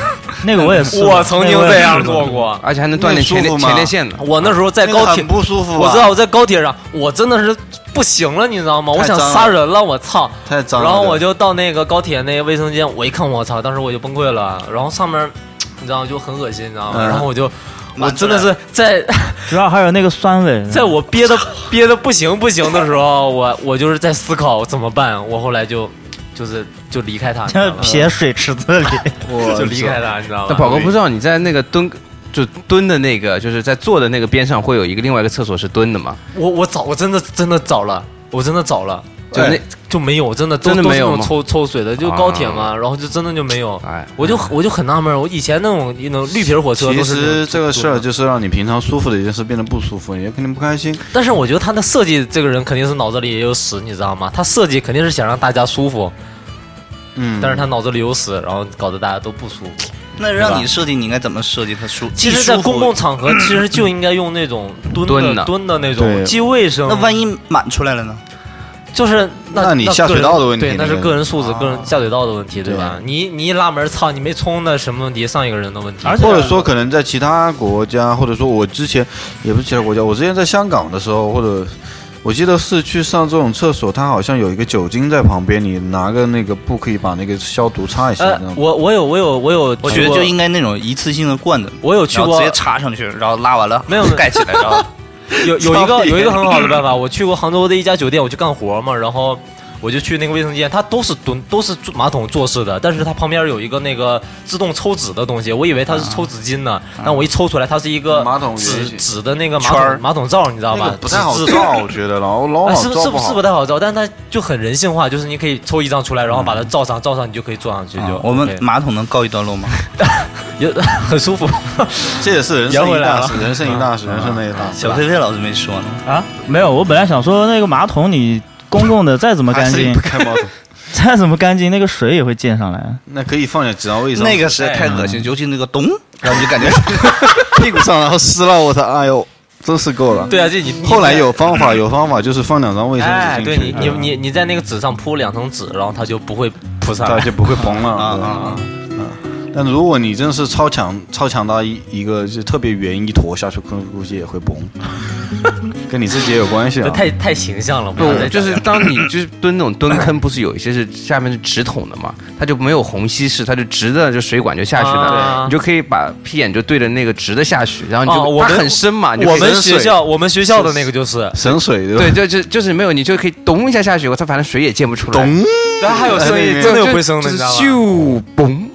那个我也是， 我曾经这样做过， 而且还能锻炼前列腺的。 我那时候在高铁很不舒服， 我知道我在高铁上，我真的是不行了，你知道吗？我想杀人了，我操！ 太脏了。 然后我就到那个高铁那个卫生间，我一看，我操！当时我就崩溃了。然后上面，你知道就很恶心，你知道吗？然后我真的是在， 主要还有那个酸味， 在我憋的不行的时候，我就是在思考怎么办。我后来就离开他， 撇水池子里， 就离开他，你知道吗？ 那宝哥不知道你在那个蹲的那个，就是在坐的那个边上会有另外一个厕所是蹲的吗？ 我真的找了，我真的找了。就没有，真的没有那种抽水的，就高铁嘛，然后就真的就没有。我就很纳闷，我以前那种绿皮火车都是。 其实这个事儿就是让你平常舒服的一件事变得不舒服，你肯定不开心。 但是我觉得他的设计，这个人肯定是脑子里也有屎，你知道吗？他设计肯定是想让大家舒服，但是他脑子里有屎，然后搞得大家都不舒服。 那让你设计，你应该怎么设计它舒？ 其实，在公共场合，其实就应该用那种蹲的那种，既卫生。 那万一满出来了呢？ 就是那你下水道的问题， 对，那是个人素质、个人下水道的问题，对吧？你一拉门，操，你没冲的什么问题？上一个人的问题。 或者说，可能在其他国家，或者说我之前也不是其他国家，我之前在香港的时候，或者我记得是去上这种厕所，它好像有一个酒精在旁边，你拿个那个布可以把那个消毒擦一下。 我有， 我觉得就应该那种一次性的罐子， 我有去过， 直接插上去，然后拉完了没有盖起来，然后有一个很好的办法，我去过杭州的一家酒店，我去干活嘛，然后我就去那个卫生间，它都是马桶坐式的，但是它旁边有一个那个自动抽纸的东西，我以为它是抽纸巾呢，但我一抽出来，它是一个马桶纸的那个马桶罩，你知道吗？ 不太好照，我觉得老是不太好照，但是它就很人性化，就是你可以抽一张出来，然后把它罩上你就可以坐上去。就我们马桶能告一段落吗？ 很舒服， 这也是人生一大事，人生那一大事。 小飞飞老师没说呢啊，没有，我本来想说那个马桶你公共的再怎么干净，再怎么干净，那个水也会溅上来。 那可以放点纸张卫生。 那个实在太恶心，尤其那个咚，然后你就感觉屁股上然后湿了，我操，哎呦，真是够了。 对啊，就你后来有方法就是放2张卫生纸进去。对你在那个纸上铺2层纸，然后它就不会扑上来， 它就不会崩了。但如果你真是超强到一个就特别圆一坨下去，估计也会崩，跟你自己也有关系啊。 太形象了， 不就是当你就是蹲那种蹲坑，不是有一些是下面是直筒的嘛，它就没有虹吸式，它就直的，就水管就下去了，你就可以把屁眼就对着那个直的下去，然后你就它很深嘛。 我们学校的那个就是省水，对吧？ 对，就是没有，你就可以咚一下下去，它反正水也溅不出来。 咚， 然后还有声音，真的有回声的，你知道吗？ 咻嘣。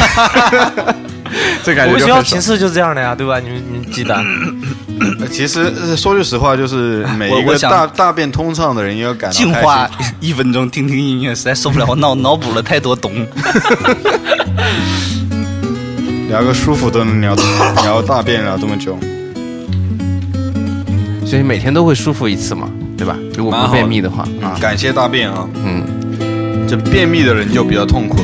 这感觉我们学校寝室就是这样的呀，对吧？你们记得？ 其实说句实话，就是每一个大便通畅的人也要感到净化1分钟，听音乐，实在受不了，我脑补了太多咚。 聊个舒服都能聊大便聊这么久， 所以每天都会舒服一次嘛，对吧？如果不便秘的话啊，感谢大便啊，这便秘的人就比较痛苦了。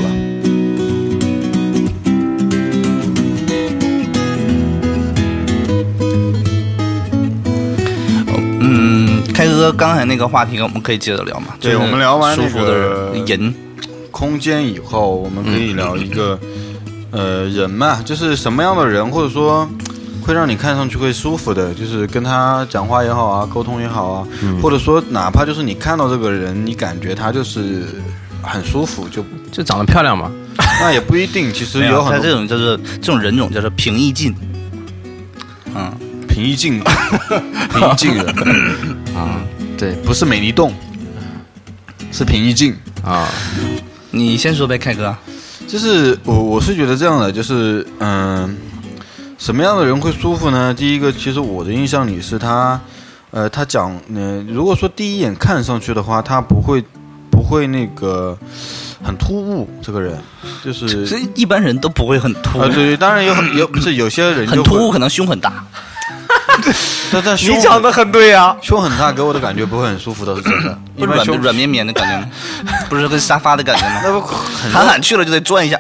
开哥刚才那个话题我们可以接着聊嘛？ 对，我们聊完舒服的人空间以后，我们可以聊一个人嘛，就是什么样的人，或者说会让你看上去会舒服的，就是跟他讲话也好啊，沟通也好啊，或者说哪怕就是你看到这个人，你感觉他就是很舒服， 就长得漂亮嘛？ 那也不一定，其实有很多这种人种叫做平易近， 平易近人啊，对，不是美丽动，是平易近啊。 你先说呗，开哥。 就是我是觉得这样的，就是什么样的人会舒服呢？第一个，其实我的印象里是他讲如果说第一眼看上去的话，他不会那个很突兀，这个人就是一般人都不会很突兀。 对，当然不是有些人就很突兀，可能胸很大。 但你讲的很对啊， 胸很大给我的感觉不会很舒服的，是真的。 软绵绵的感觉吗？不是跟沙发的感觉吗？那不喊去了就得转一下，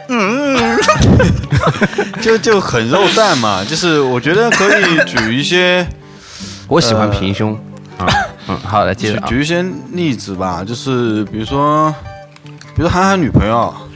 就很肉蛋嘛。就是我觉得可以举一些， 我喜欢平胸好的，接着举一些例子吧，就是比如说韩寒女朋友，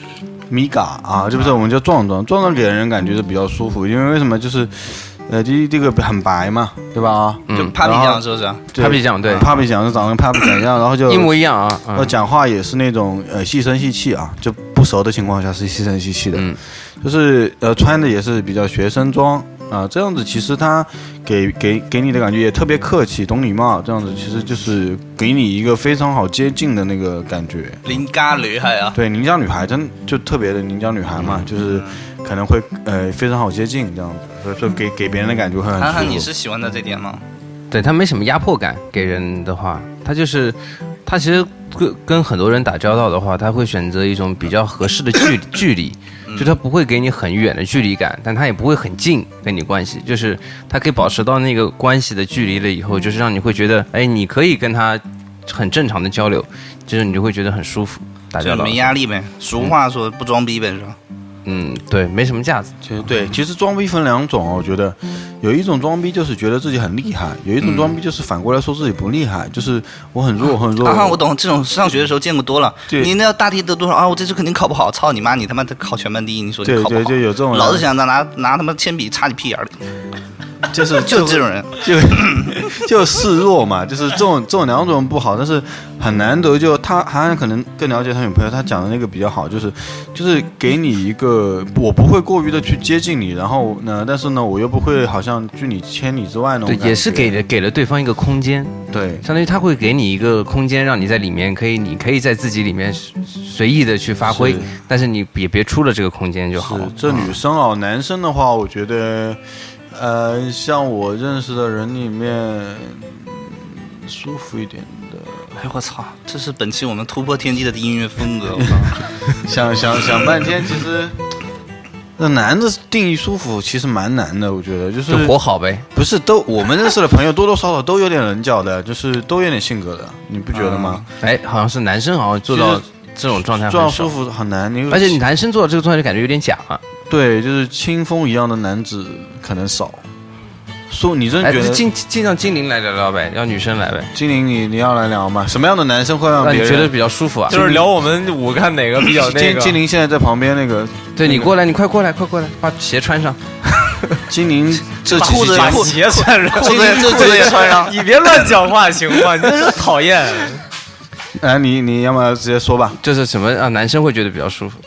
米嘎啊，这不是我们叫壮壮给人感觉是比较舒服，因为为什么就是。这个很白嘛，对吧？ 就 Papi 酱是不是 ？Papi 酱对 ，Papi 酱是长得跟 Papi 酱一样，然后就一模一样啊。 讲话也是那种细声细气啊，就不熟的情况下是细声细气的，就是穿的也是比较学生装啊，这样子其实他给你的感觉也特别客气，懂礼貌，这样子其实就是给你一个非常好接近的那个感觉。 邻家女孩啊， 对，邻家女孩真就特别的邻家女孩嘛，就是可能会非常好接近这样子。所以说给别人的感觉会很舒服。 涵涵，你是喜欢的这点吗？ 对，他没什么压迫感，给人的话，他其实跟很多人打交道的话，他会选择一种比较合适的距离，就他不会给你很远的距离感，但他也不会很近跟你关系，就是他可以保持到那个关系的距离了以后，就是让你会觉得，哎，你可以跟他很正常的交流，就是你就会觉得很舒服，打交道没压力呗。俗话说不装逼呗，是吧？ 对，没什么架子。 其实装逼分两种，我觉得有一种装逼就是觉得自己很厉害，有一种装逼就是反过来说自己不厉害，就是我很弱很弱。 我懂，这种上学的时候见过多了。你那大题得多少啊？我这次肯定考不好，操你妈！你他妈的考全班第一，你说你考不好？ 对，就有这种人。 老子想拿他妈铅笔插你屁眼里。就这种人， 就示弱嘛，就是这种两种不好，但是很难得。就他还可能更了解他女朋友，他讲的那个比较好，就是给你一个，我不会过于的去接近你，然后呢，但是呢，我又不会好像拒你千里之外那种感觉。 对，也是给了对方一个空间， 对， 相当于他会给你一个空间，让你在里面你可以在自己里面随意的去发挥，但是你也别出了这个空间就好了。 这女生啊，男生的话，我觉得。像我认识的人里面，舒服一点的。 哎我操，这是本期我们突破天际的音乐风格。 想半天，其实那男的定义舒服其实蛮难的，我觉得就活好呗。 不是我们认识的朋友多多少少都有点棱角的，就是都有点性格的，你不觉得吗？ 好像是男生好像做到这种状态很少， 舒服很难。 而且你男生做到这个状态就感觉有点假啊。 对，就是清风一样的男子可能少。你真觉得尽让精灵来聊聊呗，让女生来呗。 精灵，你要来聊吗？什么样的男生会让别人觉得比较舒服啊？ 就是聊我们五看哪个比较那个。 精灵现在在旁边那个。 对，你过来，你快过来，把鞋穿上。 精灵，这裤子把鞋穿上， 裤子也穿上。 你别乱讲话行吗？你真是讨厌。 哎，你要么直接说吧。 就是什么让男生会觉得比较舒服？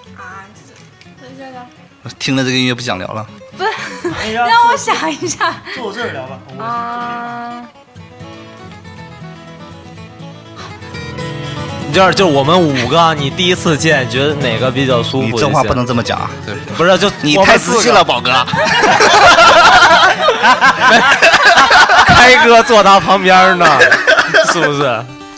听了这个音乐不想聊了。 不是，让我想一下。 坐这儿聊吧。 就我们五个，你第一次见，觉得哪个比较舒服？ 你这话不能这么讲啊！ 不是，就你太自信了，宝哥。 开哥坐他旁边呢，是不是？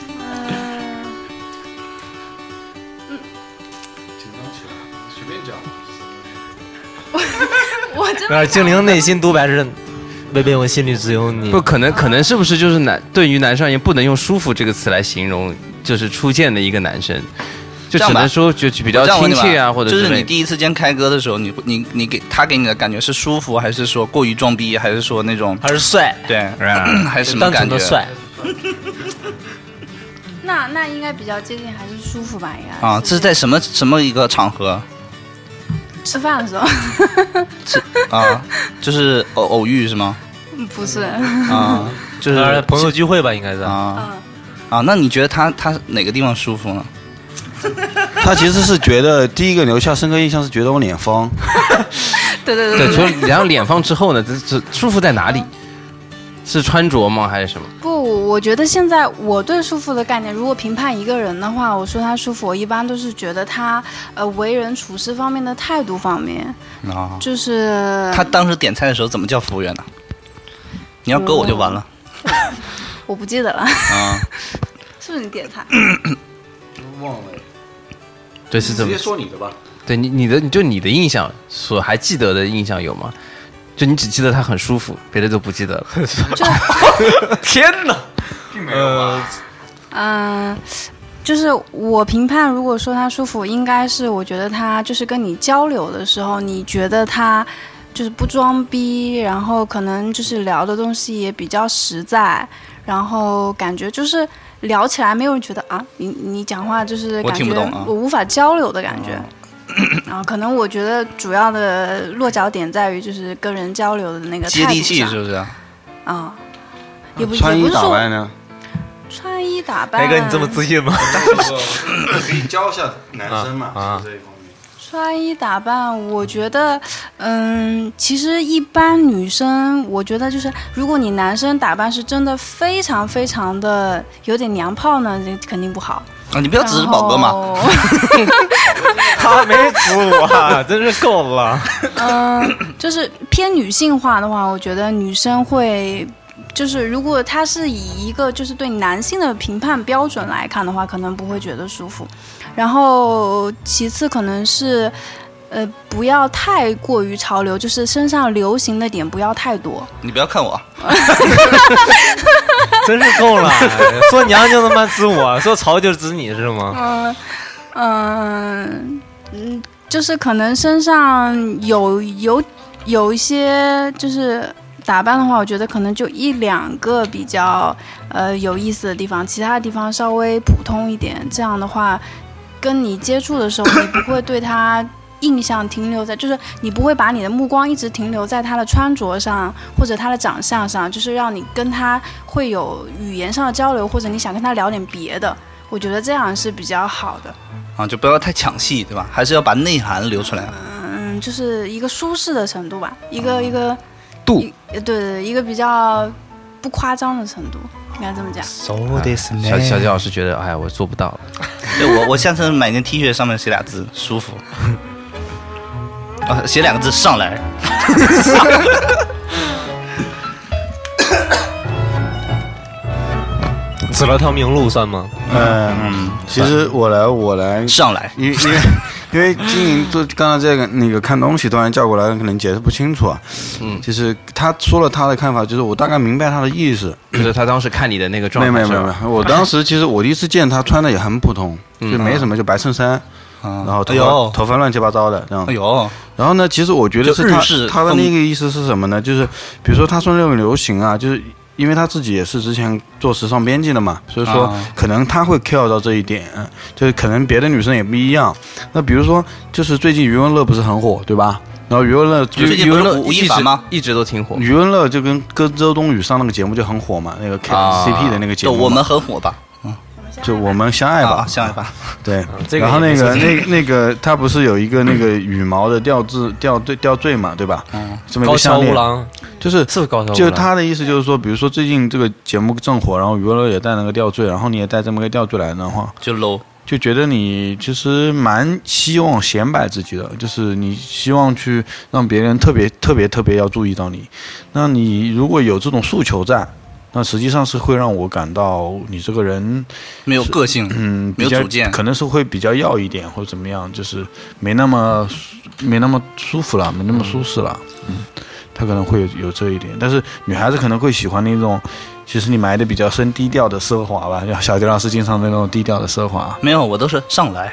精灵内心独白是，贝贝，我心里只有你。 不可能是不是就是对于男生而言，不能用舒服这个词来形容，就是初见的一个男生，就只能说就比较亲切啊，或者就是你第一次见开哥的时候，你给你的感觉是舒服，还是说过于装逼，还是说那种还是帅？ 对，还是什么感觉？ 帅。 那应该比较接近，还是舒服吧？应该啊，这是在什么一个场合？ 吃饭的时候。 就是偶遇是吗？ 不是啊， 就是朋友聚会吧，应该是那你觉得他哪个地方舒服呢？ 他其实是觉得第一个留下深刻印象是觉得我脸方。 对， 除了然后脸方之后呢，这舒服在哪里？是穿着吗？还是什么？ 不，我觉得现在我对舒服的概念，如果评判一个人的话，我说他舒服，我一般都是觉得他为人处事方面的态度方面就是他当时点菜的时候怎么叫服务员呢？你要搁我就完了。 我不记得了是不是你点菜？ 忘了。 对，是这么。 直接说你的吧。 对你的印象所还记得的印象有吗？就你只记得他很舒服，别的都不记得了。 天哪！ 并没有吧？就是我评判，如果说他舒服，应该是我觉得他就是跟你交流的时候，你觉得他就是不装逼，然后可能就是聊的东西也比较实在，然后感觉就是聊起来没有人觉得啊，你讲话就是感觉我无法交流的感觉。 可能我觉得主要的落脚点在于就是跟人交流的那个态度上接地气，是不是？ 也不穿衣也不是说打扮呢？ 穿衣打扮。 白哥，你这么自信吗？ 可以教一下男生嘛，这一方面。 穿衣打扮，我觉得，其实一般女生，我觉得就是，如果你男生打扮是真的非常非常的有点娘炮呢，这肯定不好。 你不要指着宝哥嘛。 他没指我，真是够了。 就是偏女性化的话，我觉得女生会。就是如果他是以一个就是对男性的评判标准来看的话，可能不会觉得舒服。然后其次可能是，不要太过于潮流，就是身上流行的点不要太多。 你不要看我， 真是够了。说娘就他妈指我，说潮就指你是吗？ 就是可能身上有一些就是。打扮的话，我觉得可能就1、2个比较有意思的地方，其他地方稍微普通一点。这样的话，跟你接触的时候，你不会对他印象停留在，就是你不会把你的目光一直停留在他的穿着上或者他的长相上，就是让你跟他会有语言上的交流，或者你想跟他聊点别的。我觉得这样是比较好的。 就不要太抢戏，对吧？还是要把内涵留出来。 就是一个舒适的程度吧，一个。 度对，一个比较不夸张的程度，应该这么讲。 小杰老师觉得，哎呀，我做不到了。 对，我下次买件 T 恤，上面写俩字，舒服。写2个字，上来。 指了条明路算吗？ 其实我来上来， 因为经营就刚刚这个那个看东西突然叫过来，可能解释不清楚啊。就是他说了他的看法，就是我大概明白他的意思。 就是他当时看你的那个状态。 没有，我当时其实我第一次见他穿的也很普通，就没什么，就白衬衫，然后头发乱七八糟的这样。然后呢，其实我觉得是他的那个意思是什么呢？就是比如说他说那种流行啊，就是。因为他自己也是之前做时尚编辑的嘛，所以说可能他会 care 到这一点，就是可能别的女生也不一样。那比如说，就是最近余文乐不是很火，对吧？然后余文乐吴亦凡吗？ 一直都挺火。 余文乐就跟周冬雨上那个节目就很火嘛，那个 CP 的那个节目。 我们很火吧？ 就我们相爱吧， 相爱吧。 对，然后那个他不是有一个那个羽毛的吊坠嘛，对吧？这么一个项链。就是高桥， 就他的意思就是说，比如说最近这个节目正火，然后余文乐也戴那个吊坠，然后你也戴这么个吊坠来的话， 就 low， 就觉得你其实蛮希望显摆自己的，就是你希望去让别人特别要注意到你。那你如果有这种诉求在，那实际上是会让我感到你这个人没有个性，没有主见， 可能是会比较要一点或者怎么样，就是没那么舒服了，没那么舒适了。他可能会有这一点，但是女孩子可能会喜欢那种，其实你埋的比较深低调的奢华吧，像小杰老师经常那种低调的奢华。 没有，我都是上来。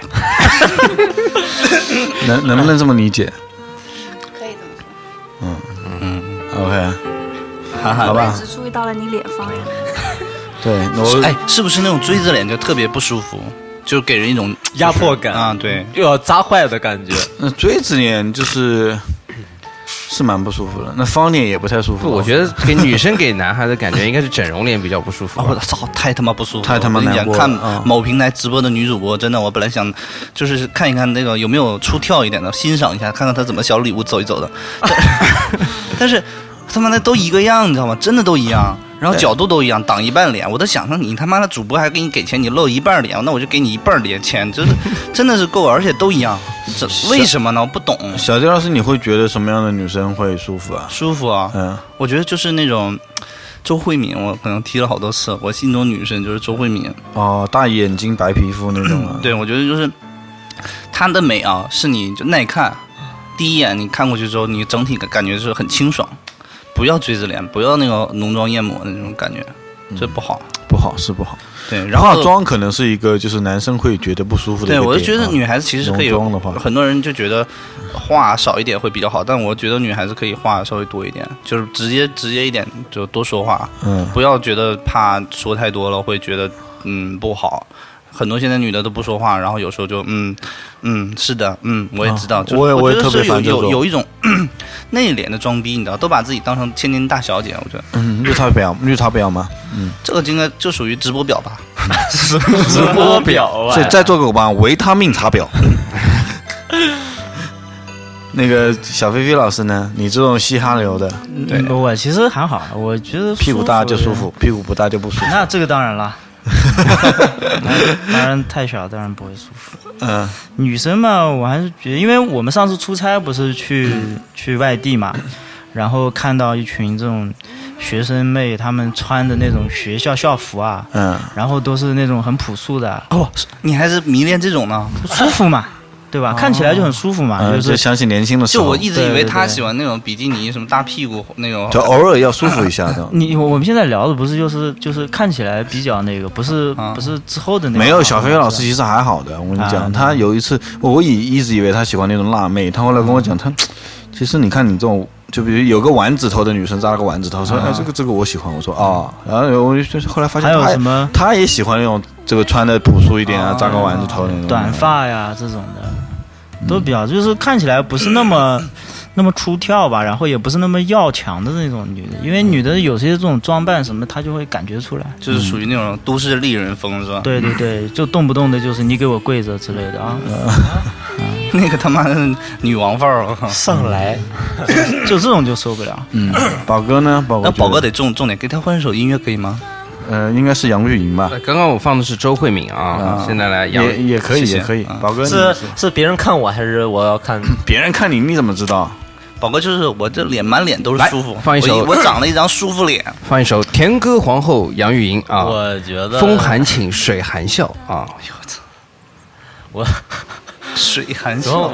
能不能这么理解？ 可以这么说。 OK， 好吧。 我只注意到了你脸方呀。 对， 是不是那种锥子脸就特别不舒服，就给人一种压迫感啊？对， 又要扎坏的感觉。 那锥子脸是蛮不舒服的，那方脸也不太舒服。 我觉得给女生给男孩的感觉应该是整容脸比较不舒服。 我操，太他妈不舒服， 太他妈难过了。 看某平台直播的女主播，真的，我本来想就是看一看那个有没有出跳一点的，欣赏一下，看看她怎么小礼物走一走的。但是他妈的都一个样，你知道吗？真的都一样。然后角度都一样，挡一半脸，我都想着你他妈的主播还给你给钱，你露一半脸，那我就给你一半脸钱，真的是够，而且都一样，为什么呢？我不懂。 小杰老师，你会觉得什么样的女生会舒服啊？ 舒服啊，我觉得就是那种周慧敏，我可能提了好多次，我心中女神就是周慧敏。 哦，大眼睛白皮肤那种啊。 对，我觉得就是她的美啊，是你就耐看，第一眼你看过去之后，你整体感觉是很清爽。不要锥子脸，不要那个浓妆艳抹的那种感觉，这不好， 不好。 对，然后化妆可能是一个就是男生会觉得不舒服的一个点。 对，我就觉得女孩子其实可以有，很多人就觉得话少一点会比较好，但我觉得女孩子可以话稍微多一点，就是直接一点，就多说话，不要觉得怕说太多了会觉得不好。 很多现在女的都不说话，然后有时候就是的，我也知道， 我也特别烦这种有一种内敛的装逼，你知道，都把自己当成千金大小姐，我觉得。 绿茶婊吗？ 这个应该就属于直播婊吧？ 直播婊啊！ 所以再做个吧，维他命茶婊。那个小菲菲老师呢？你这种嘻哈流的， 对，我其实还好，我觉得屁股大就舒服，屁股不大就不舒服。 那这个当然了，当然太小当然不会舒服。女生嘛，我还是觉得，因为我们上次出差不是去外地嘛，然后看到一群这种学生妹，她们穿的那种学校校服啊，然后都是那种很朴素的。 哦，你还是迷恋这种呢？ 舒服嘛。对吧？看起来就很舒服嘛， 就想起年轻的时候。 就我一直以为他喜欢那种比基尼，什么大屁股那种， 就偶尔要舒服一下的。 我们现在聊的不是就是看起来比较那个，不是之后的那个。 没有，小飞老师其实还好的。我跟你讲，他有一次，我一直以为他喜欢那种辣妹，他后来跟我讲，他其实你看你这种，就比如有个丸子头的女生扎了个丸子头，说这个我喜欢。我说然后我后来发现还有什么， 他也喜欢那种这个穿的朴素一点啊，扎个丸子头那种短发呀这种的。都比较就是看起来不是那么出挑吧，然后也不是那么要强的那种女的，因为女的有些这种装扮什么，她就会感觉出来， 就是属于那种都市丽人风是吧？ 对对对，就动不动的就是你给我跪着之类的啊。 那个他妈的女王范儿上来， 就这种就受不了。 宝哥呢？ 那宝哥得重点，给他换首音乐可以吗？ 应该是杨钰莹吧。 刚刚我放的是周慧敏啊，现在来也可以，也可以。宝哥是别人看我还是我要看别人看你？你怎么知道？ 宝哥就是我这脸满脸都是舒服， 放一首我长了一张舒服脸。 放一首甜歌皇后杨钰莹啊， 我觉得风含情水含笑啊， 我水含笑，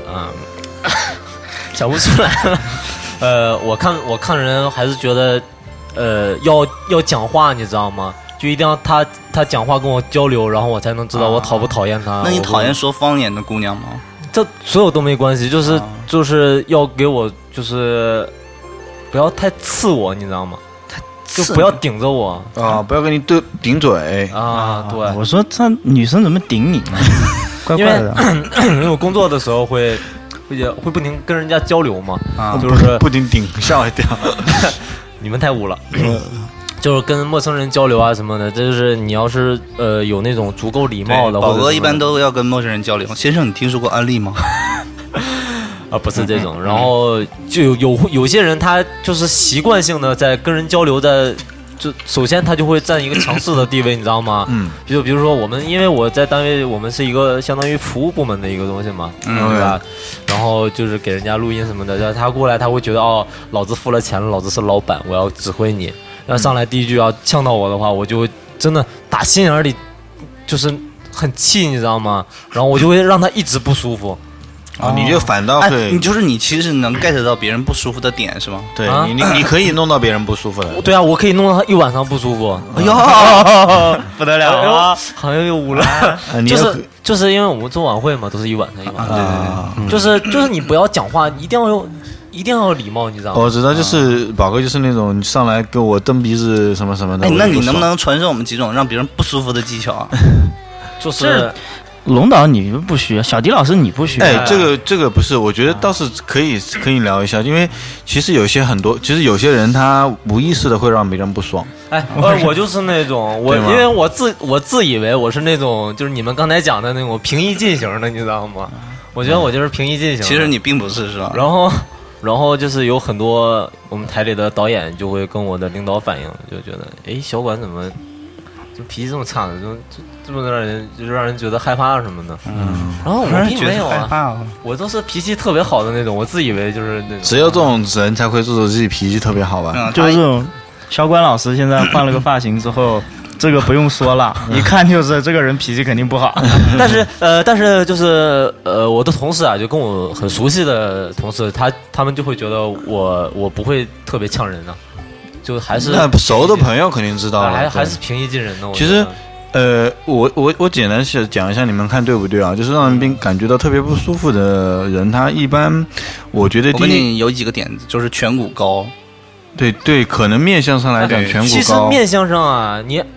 想不出来了。我看人还是觉得。要讲话，你知道吗？就一定要他讲话跟我交流，然后我才能知道我讨不讨厌他。 那你讨厌说方言的姑娘吗？ 这所有都没关系，就是要给我就是不要太刺我，你知道吗？就不要顶着我啊，不要跟你顶嘴啊。对， 我说这女生怎么顶你？怪怪的。 因为我工作的时候会不停跟人家交流嘛，就是不停顶，吓我一跳。 你们太污了，就是跟陌生人交流啊什么的，这就是你要是有那种足够礼貌的。 宝哥一般都要跟陌生人交流。先生，你听说过安利吗？ 不是这种，然后就有些人他就是习惯性的在跟人交流，就首先他就会占一个强势的地位，你知道吗？就比如说因为我在单位，我们是一个相当于服务部门的一个东西嘛，对吧？然后就是给人家录音什么的，他过来他会觉得老子付了钱了，老子是老板，我要指挥你。要上来第一句要呛到我的话，我就真的打心眼里就是很气，你知道吗？然后我就会让他一直不舒服。 你就反倒会， 你其实能 get 到别人不舒服的点是吗？ 对，你可以弄到别人不舒服的。 对啊，我可以弄到他一晚上不舒服。 哎呦， 不得了啊！ 好像又污了。就是因为我们做晚会嘛，都是一晚上。对，就是你不要讲话，一定要有礼貌，你知道吗？ 我知道，就是宝哥就是那种上来跟我蹬鼻子什么什么的。 那你能不能传授我们几种让别人不舒服的技巧啊？ 就是龙导你不需要，小迪老师你不需要。 这个不是，我觉得倒是可以聊一下，因为其实有些人他无意识的会让别人不爽。 我就是那种因为我自以为我是那种就是你们刚才讲的那种平易近型的，你知道吗？我觉得我就是平易近型。 其实你并不是，是吧？ 然后就是有很多我们台里的导演就会跟我的领导反映，就觉得小管怎么就脾气这么差的，这么让人觉得害怕什么的。然后我并没有我都是脾气特别好的那种，我自以为就是那种。 只有这种人才会做出自己脾气特别好吧？ 就是这种。小管老师现在换了个发型之后，这个不用说了，一看就是这个人脾气肯定不好。 但是就是我的同事啊，就跟我很熟悉的同事，他们就会觉得我不会特别呛人呢，就还是那熟的朋友肯定知道了， 还是平易近人的。 其实我简单讲一下，你们看对不对啊？就是让人感觉到特别不舒服的人，他一般我觉得我跟你有几个点子，就是颧骨高。 对，可能面相上来讲颧骨高。 其实面相上啊，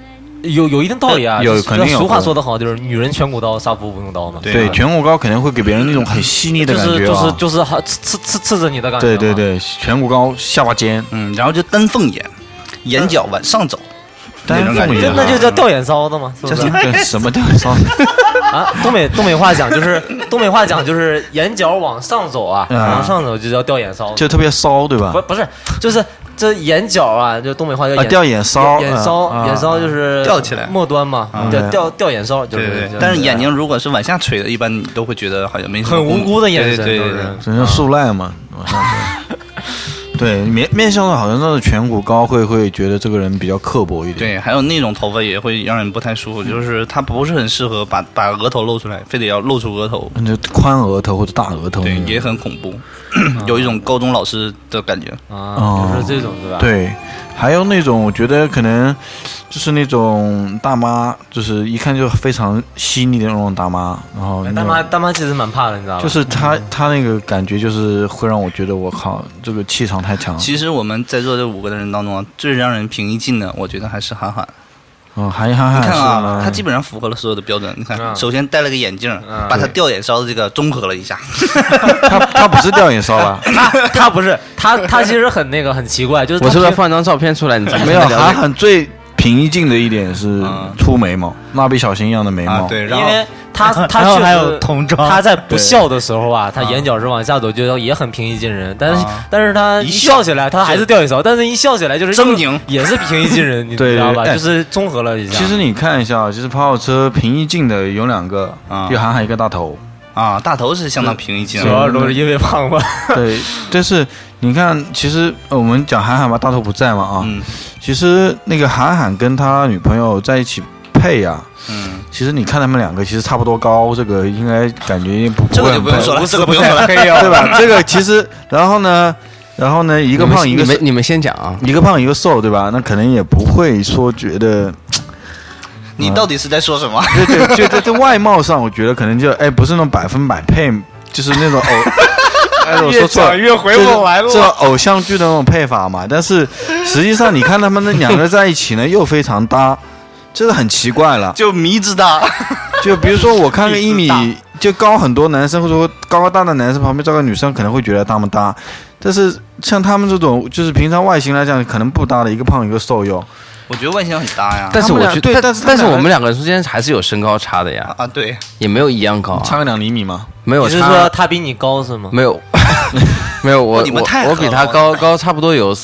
有一定道理啊， 有肯定有。 俗话说得好，就是女人颧骨刀，杀夫无用刀嘛。 对，颧骨膏肯定会给别人那种很细腻的感觉就是刺着你的感觉。 对，颧骨膏下巴尖， 然后就丹凤眼，眼角往上走。 丹凤眼， 那就叫吊眼梢的嘛，是不是？ 什么吊眼梢啊？东北话讲就是眼角往上走啊，往上走就叫吊眼梢， 就特别骚，对吧？ 不是，就是这眼角啊，就东北话叫吊眼梢， 眼梢就是吊起来末端嘛，吊眼梢就是。 但是眼睛如果是往下垂的，一般你都会觉得好像没什么很无辜的眼神， 对， 真是树赖嘛，往上走。对，面相的好像那个颧骨膏会觉得这个人比较刻薄一点。 对，还有那种头发也会让人不太舒服，就是它不是很适合把额头露出来，非得要露出额头， 就宽额头或者大额头， 对，也很恐怖，有一种高中老师的感觉啊，就是这种是吧？ 对，还有那种我觉得可能就是那种大妈，就是一看就非常细腻的那种大妈，然后大妈其实蛮怕的，你知道吗？ 就是她那个感觉就是会让我觉得我靠，这个气场太强。 其实我们在座这5个人当中，最让人平易近的，我觉得还是韩寒。 韩你看啊，他基本上符合了所有的标准。你看，首先戴了个眼镜，把他吊眼梢的这个综合了一下。 他不是吊眼梢吧？ 他不是，他其实很奇怪，就是我是不是放张照片出来？你没有？韩寒最平易近的一点是粗眉毛，蜡笔小新一样的眉毛。 对， 因为他还有童装， 他在不笑的时候啊，他眼角是往下走，就也很平易近人。但是他一笑起来，他还是吊眼碉，但是一笑起来就是狰狞， 也是平易近人，你知道吧？就是综合了一下。 其实你看一下，其实跑跑车平易近的有2个，就韩寒一个大头啊，大头是相当平易近人， 主要都是因为胖吧。 对，但是你看，其实我们讲韩寒吧，大头不在嘛啊，其实那个韩寒跟他女朋友在一起配呀。其实你看他们2个其实差不多高，这个应该感觉不这个就不用说了，这个不用说了， 对吧？这个其实，然后呢，一个胖一个你们先讲啊， 一个胖一个瘦，对吧？那可能也不会说觉得， 你到底是在说什么？ 对，就在外貌上，我觉得可能就不是那种100%配，就是那种我说错了， 越回不来了， 这偶像剧的那种配法嘛。但是实际上，你看他们那2个在一起呢，又非常搭。这个很奇怪了， 就迷之大。 就比如说，我看个1米就高很多男生，或者说高大的男生旁边这个女生，可能会觉得搭不搭。但是像他们这种，就是平常外形来讲，可能不搭的，一个胖一个瘦哟。 我觉得外形很搭呀。 但是我觉得， 对， 但是我们2个之间还是有身高差的呀。 啊，对， 也没有一样高， 差个2厘米吗？ 没有差。 你是说他比你高是吗？ 没有。没有我比他高差不多有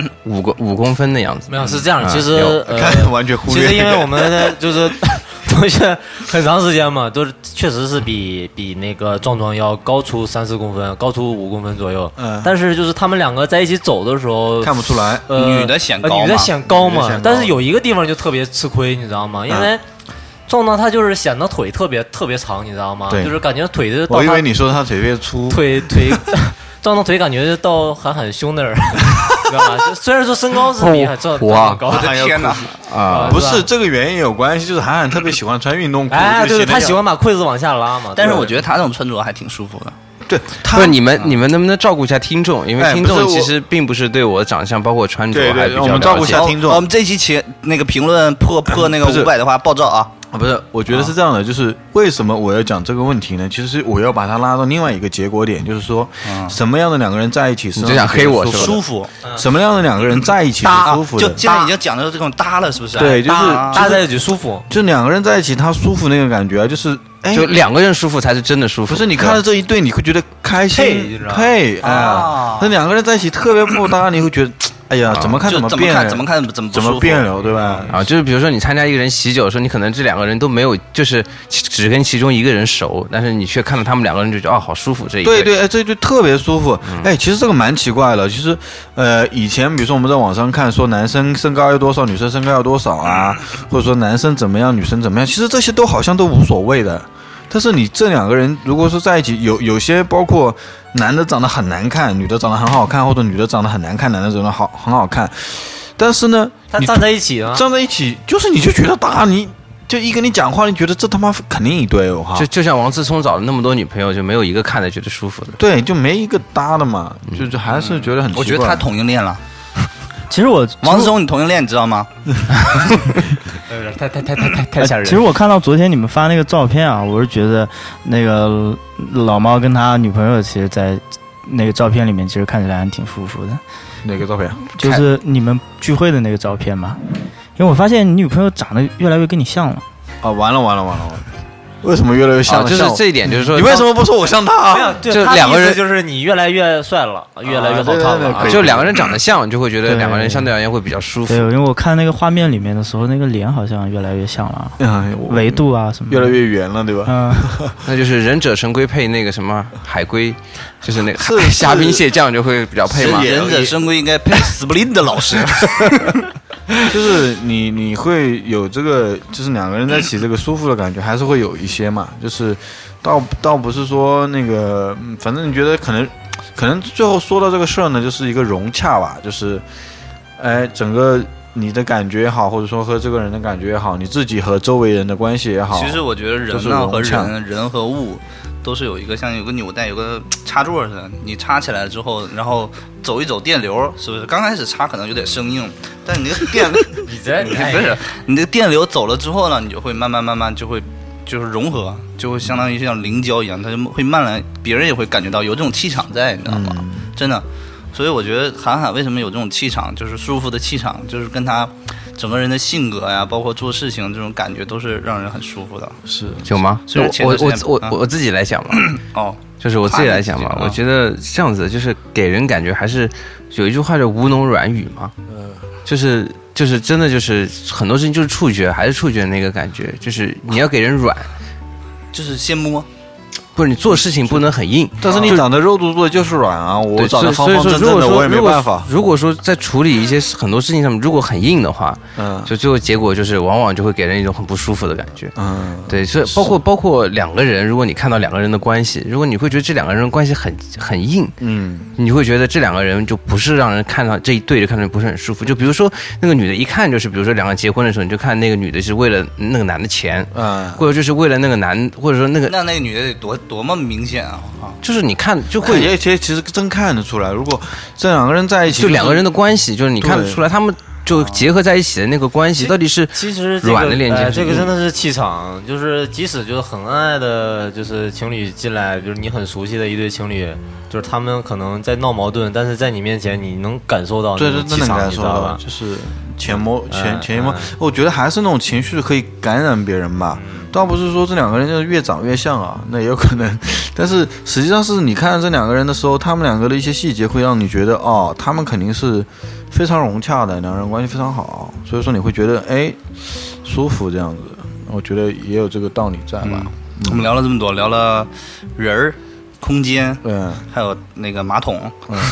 5公分的样子。 没有是这样，其实完全忽略。 其实因为我们就是同学很长时间嘛，都是确实是比那个壮要高出3-4公分，高出5公分左右。但是就是他们2个在一起走的时候看不出来， 女的显高嘛。但是有一个地方就特别吃亏，你知道吗？因为壮他就是显得腿特别长，你知道吗？就是感觉腿的。 我以为你说他腿特别粗， 腿。壮腿感觉到韩寒胸那儿，知道吧？虽然说身高是比壮高， 我的天哪啊！不是这个原因有关系，就是韩寒特别喜欢穿运动裤， 对，他喜欢把裤子往下拉嘛。 但是我觉得他这种穿着还挺舒服的。 对， 不是你们能不能照顾一下听众？因为听众其实并不是对我的长相包括穿着还比较了解。 我们照顾一下听众。 我们这期那个评论破那个500的话爆照啊！ 不是，我觉得是这样的，就是为什么我要讲这个问题呢？其实我要把它拉到另外一个结果点，就是说，什么样的2个人在一起是就想黑我舒服， 什么样的2个人在一起是舒服的？ 就现在已经讲的这种搭了，是不是？ 对，就是搭在一起舒服， 就2个人在一起他舒服那个感觉，就是就2个人舒服才是真的舒服。 不是你看到这一对，你会觉得开心配啊，那2个人在一起特别不搭，你会觉得。哎呀，怎么看怎么别扭，怎么别扭，对吧？ 啊，就是比如说你参加一个人喜酒的时候，你可能这2个人都没有，就是只跟其中一个人熟，但是你却看到他们2个人就觉得好舒服这一对。 对，这就特别舒服。其实这个蛮奇怪的。其实以前比如说我们在网上看说男生身高要多少，女生身高要多少啊，或者说男生怎么样，女生怎么样，其实这些都好像都无所谓的。但是你这2个人如果说在一起，有些包括男的长得很难看，女的长得很好看，或者女的长得很难看，男的长得很好看，但是呢， 他站在一起啊， 站在一起就是你就觉得搭，你就一跟你讲话，你觉得这他妈肯定一对哦哈。 就像王思聪找了那么多女朋友，就没有一个看着觉得舒服的。 对，就没一个搭的嘛，就还是觉得很奇怪。 我觉得他同性恋了。 其实王思聪，你同性恋，你知道吗？ 太吓人。 其实我看到昨天你们发那个照片啊，我是觉得那个老猫跟他女朋友其实，在那个照片里面其实看起来还挺舒服的。 哪个照片？ 就是你们聚会的那个照片嘛。因为我发现你女朋友长得越来越跟你像了。 啊，完了！为什么越来越像？ 就是这一点，就是说， 你为什么不说我像他？ 没有， 就两个人就是你越来越帅了，越来越好看了。 就两个人长得像，就会觉得两个人相对而言会比较舒服。 对，因为我看那个画面里面的时候，那个脸好像越来越像了，维度啊什么， 越来越圆了，对吧？ 那就是忍者神龟配那个什么海龟，就是那个虾兵蟹将就会比较配嘛。 忍者神龟应该配斯普林的老师。 就是你会有这个，就是两个人在一起这个舒服的感觉，还是会有一些嘛。就是倒不是说那个，反正你觉得可能最后说到这个事儿呢，就是一个融洽吧。就是，整个你的感觉也好，或者说和这个人的感觉也好，你自己和周围人的关系也好。 其实我觉得人呢和人和物都是有一个像有个纽带，有个插座似的，你插起来之后，然后走一走电流，是不是？刚开始插可能有点生硬，但你那个电，你这个电流走了之后呢，你就会慢慢就是融合，就会相当于像凝胶一样，它就会慢慢，别人也会感觉到有这种气场在，你知道吗？真的，所以我觉得韩寒为什么有这种气场，就是舒服的气场，就是跟他整个人的性格呀，包括做事情这种感觉，都是让人很舒服的。 是有吗？我自己来讲嘛。 哦， 就是我自己来讲嘛，我觉得这样子就是给人感觉还是有一句话叫吴侬软语嘛。就是真的就是很多事情就是触觉，还是触觉那个感觉，就是你要给人软， 就是先摸。 不是你做事情不能很硬， 但是你长得肉嘟嘟的就是软啊，我长得方方正正的，我也没办法。 如果说在处理一些很多事情上面，如果很硬的话，就最后结果就是往往就会给人一种很不舒服的感觉。对，所以包括两个人，如果你看到两个人的关系，如果你会觉得这两个人的关系很硬，你会觉得这两个人就不是让人看到这一对着看着不是很舒服。就比如说那个女的，一看就是，比如说两个人结婚的时候，你就看那个女的是为了那个男的钱，或者就是为了那个男，或者说那个女的得多么明显啊！ 就是你看就会， 其实真看得出来，如果这两个人在一起， 就两个人的关系，就是你看得出来他们就结合在一起的那个关系到底是其实软的链接， 这个真的是气场，就是即使就是很恩爱的，就是情侣进来，就是你很熟悉的一对情侣，就是他们可能在闹矛盾，但是在你面前你能感受到那种气场，你知道吧？ 就是潜移默，我觉得还是那种情绪可以感染别人吧。倒不是说这两个人就是越长越像啊，那也有可能，但是实际上是你看这两个人的时候，他们两个的一些细节会让你觉得哦，他们肯定是非常融洽的，两个人关系非常好，所以说你会觉得舒服这样子，我觉得也有这个道理在吧。 我们聊了这么多，聊了人儿、空间，还有那个马桶，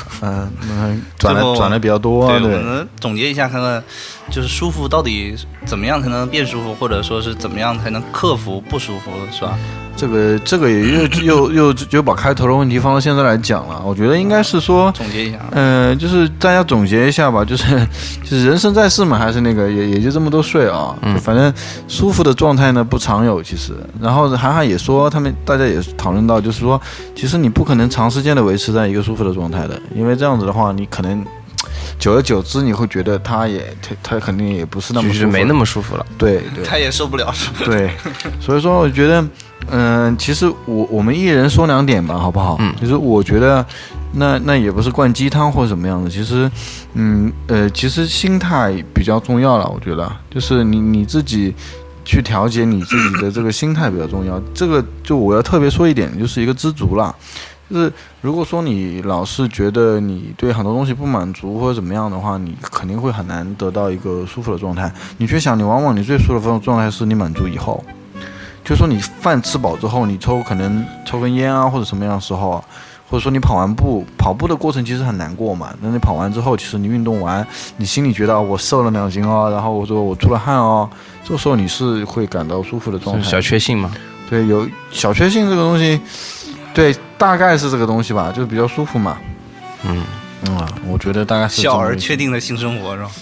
转的比较多， 对，我们总结一下看看，就是舒服到底怎么样才能变舒服，或者说是怎么样才能克服不舒服，是吧？ 这个也又把开头的问题放到现在来讲了。我觉得应该是说总结一下， 就是大家总结一下吧，就是人生在世嘛，还是那个也就这么多岁啊，反正舒服的状态呢不常有其实。然后韩寒也说，大家也讨论到，就是说其实你不可能长时间的维持在一个舒服的状态的，因为这样子的话，你可能久而久之你会觉得他肯定也不是那么舒服， 就是没那么舒服了。 对， 他也受不了。 对，所以说我觉得。其实我们一人说两点吧，好不好？就是我觉得那也不是灌鸡汤或者怎么样的。其实，其实心态比较重要了。我觉得就是你自己去调节你自己的这个心态比较重要。这个就我要特别说一点，就是一个知足啦。就是如果说你老是觉得你对很多东西不满足或者怎么样的话，你肯定会很难得到一个舒服的状态。你去想，你往往你最舒服的状态是你满足以后。就是说你饭吃饱之后，你可能抽根烟啊，或者什么样的时候啊，或者说你跑步的过程其实很难过嘛。那你跑完之后，其实你运动完，你心里觉得我瘦了2斤哦，然后我说我出了汗哦，这个时候你是会感到舒服的状态。 小确幸嘛？ 对，有小确幸这个东西，对，大概是这个东西吧，就是比较舒服嘛。我觉得大概是小而确定的性生活是吧？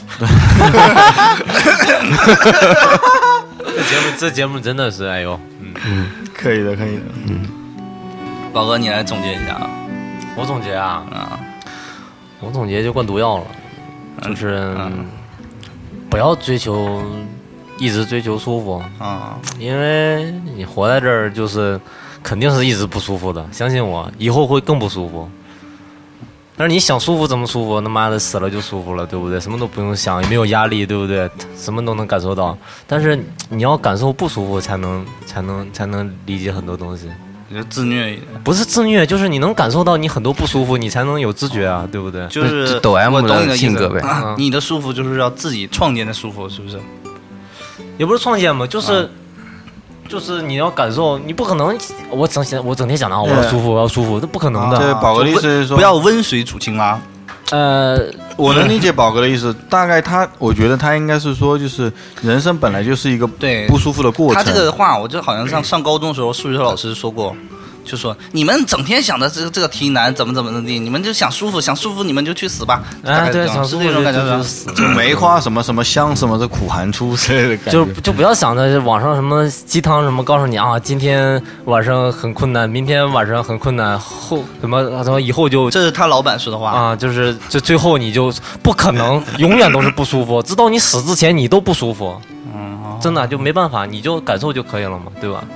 这节目真的是哎呦， 可以的。 宝哥，你来总结一下啊。 我总结啊，我总结就灌毒药了，就是不要追求一直追求舒服啊，因为你活在这儿就是肯定是一直不舒服的，相信我，以后会更不舒服。但是你想舒服怎么舒服？他妈的死了就舒服了，对不对？什么都不用想，也没有压力，对不对？什么都能感受到。但是你要感受不舒服，才能理解很多东西。 你就自虐一点， 不是自虐，就是你能感受到你很多不舒服，你才能有知觉啊，对不对？ 就是抖 M 的性格呗。 你的舒服就是要自己创建的舒服，是不是？ 也不是创建嘛，就是你要感受，你不可能我整天想到我要舒服，我要舒服，这不可能的。 对，宝哥的意思是说不要温水煮青蛙。 我能理解宝哥的意思，大概我觉得他应该是说，就是人生本来就是一个不舒服的过程。 他这个话，我就好像上高中的时候，数学老师说过。就说你们整天想的这个题难怎么的地，你们就想舒服你们就去死吧。 对，想舒服这种感觉就死。 就梅花什么什么香什么这苦寒出之类的感觉。 就不要想着网上什么鸡汤什么告诉你啊，今天晚上很困难，明天晚上很困难，后什么以后就这是他老板说的话啊，就是最后你就不可能永远都是不舒服，直到你死之前你都不舒服。真的就没办法，你就感受就可以了嘛，对吧？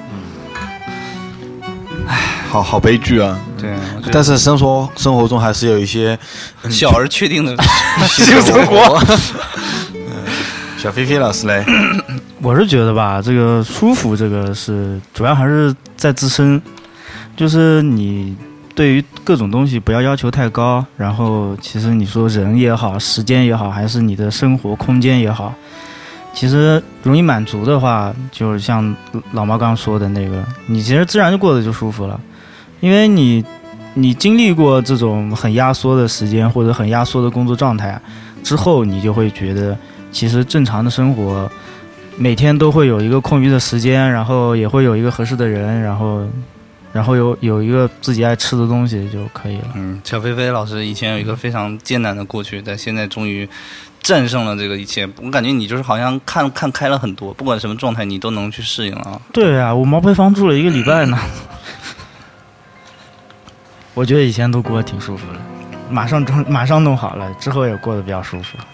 好悲剧啊！ 对， 但是生活中还是有一些小而确定的新生活。小飞飞老师嘞， 我是觉得吧，这个舒服这个是主要还是在自身，就是你对于各种东西不要求太高，然后其实你说人也好，时间也好，还是你的生活空间也好。其实容易满足的话，就是像老毛刚说的那个，你其实自然就过得就舒服了，因为你经历过这种很压缩的时间或者很压缩的工作状态之后，你就会觉得其实正常的生活每天都会有一个空余的时间，然后也会有一个合适的人，然后有一个自己爱吃的东西就可以了。 小飞飞老师以前有一个非常艰难的过去，但现在终于战胜了这个一切。我感觉你就是好像看开了很多，不管什么状态你都能去适应啊。 对啊，我毛坯房住了1个礼拜呢。我觉得以前都过得挺舒服的，马上弄好了，之后也过得比较舒服。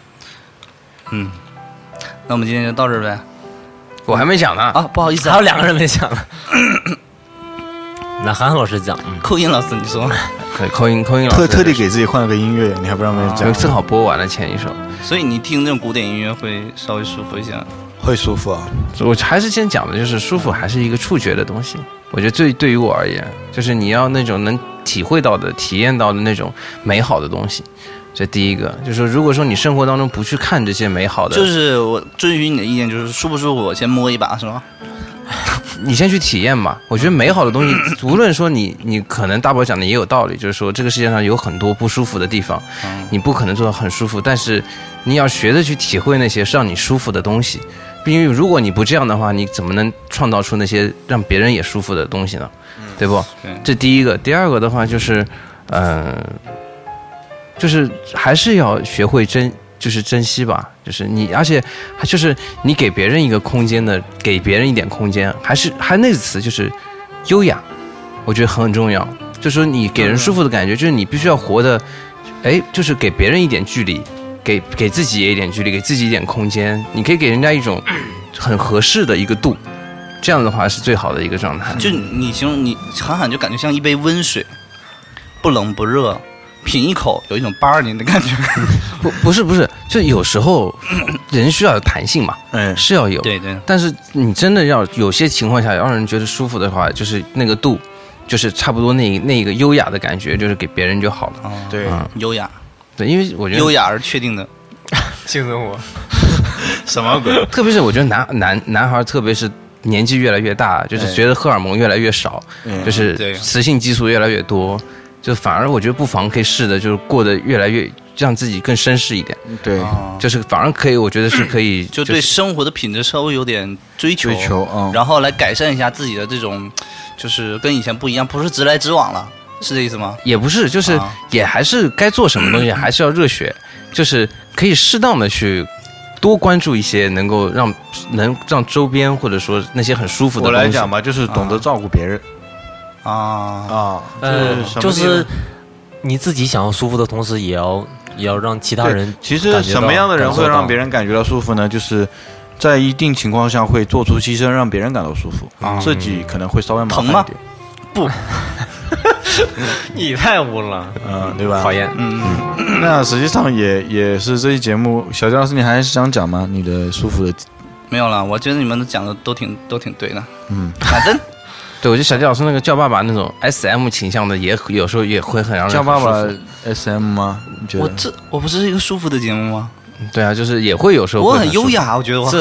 那我们今天就到这儿呗。 我还没讲呢啊，不好意思， 还有2个人没讲呢。那韩寒老师讲， 扣音老师你说， 对，扣音老师特地给自己换了个音乐，你还不让别人讲， 正好播完了前一首， 所以你听这种古典音乐会稍微舒服一些， 会舒服啊。 我还是先讲的就是舒服还是一个触觉的东西，我觉得对于我而言，就是你要那种能体会到的、体验到的那种美好的东西。这第一个就是说，如果说你生活当中不去看这些美好的， 就是我遵循你的意见，就是舒不舒服我先摸一把是吗？ 你先去体验吧。我觉得美好的东西，无论说你可能大宝讲的也有道理，就是说这个世界上有很多不舒服的地方，你不可能做到很舒服，但是你要学着去体会那些让你舒服的东西。因为如果你不这样的话，你怎么能创造出那些让别人也舒服的东西呢？对不？这第一个。第二个的话就是，就是还是要学会珍惜吧，就是你，而且就是你给别人一个空间的，给别人一点空间，还那个词就是优雅，我觉得很重要。就是说你给人舒服的感觉，就是你必须要活的，就是给别人一点距离，给自己也一点距离，给自己一点空间，你可以给人家一种很合适的一个度，这样的话是最好的一个状态。 就你形容你韩寒就感觉像一杯温水，不冷不热。品一口有一种80年的感觉， 不是，就有时候人需要有弹性嘛，是要有， 对。 但是你真的要有些情况下让人觉得舒服的话，就是那个度，就是差不多那个优雅的感觉，就是给别人就好了。 对，优雅， 对，因为我觉得优雅而确定的性生活， 什么鬼？特别是我觉得男孩，特别是年纪越来越大，就是觉得荷尔蒙越来越少，就是雌性激素越来越多。就反而我觉得不妨可以试的，就是过得越来越让自己更绅士一点。对，就是反而可以，我觉得是可以， 就对生活的品质稍微有点追求，然后来改善一下自己的这种，就是跟以前不一样，不是直来直往了，是这意思吗？ 也不是，就是也还是该做什么东西还是要热血，就是可以适当的去多关注一些能让周边或者说那些很舒服的东西。 我来讲吧，就是懂得照顾别人。 就是你自己想要舒服的同时，也要让其他人。 其实什么样的人会让别人感觉到舒服呢？就是在一定情况下会做出牺牲，让别人感到舒服，自己可能会稍微麻烦一点。 不， 你太污了， 对吧？ 讨厌。 那实际上也是这期节目，小姜老师，你还是想讲吗？你的舒服的？ 没有了，我觉得你们讲的都挺对的。反正。 对，我觉得小季老师那个叫爸爸那种 SM 倾向的，也有时候也会很让人叫爸爸 SM 吗？你觉得？ 我不是一个舒服的节目吗？ 对啊，就是也会有时候我很优雅，我觉得我很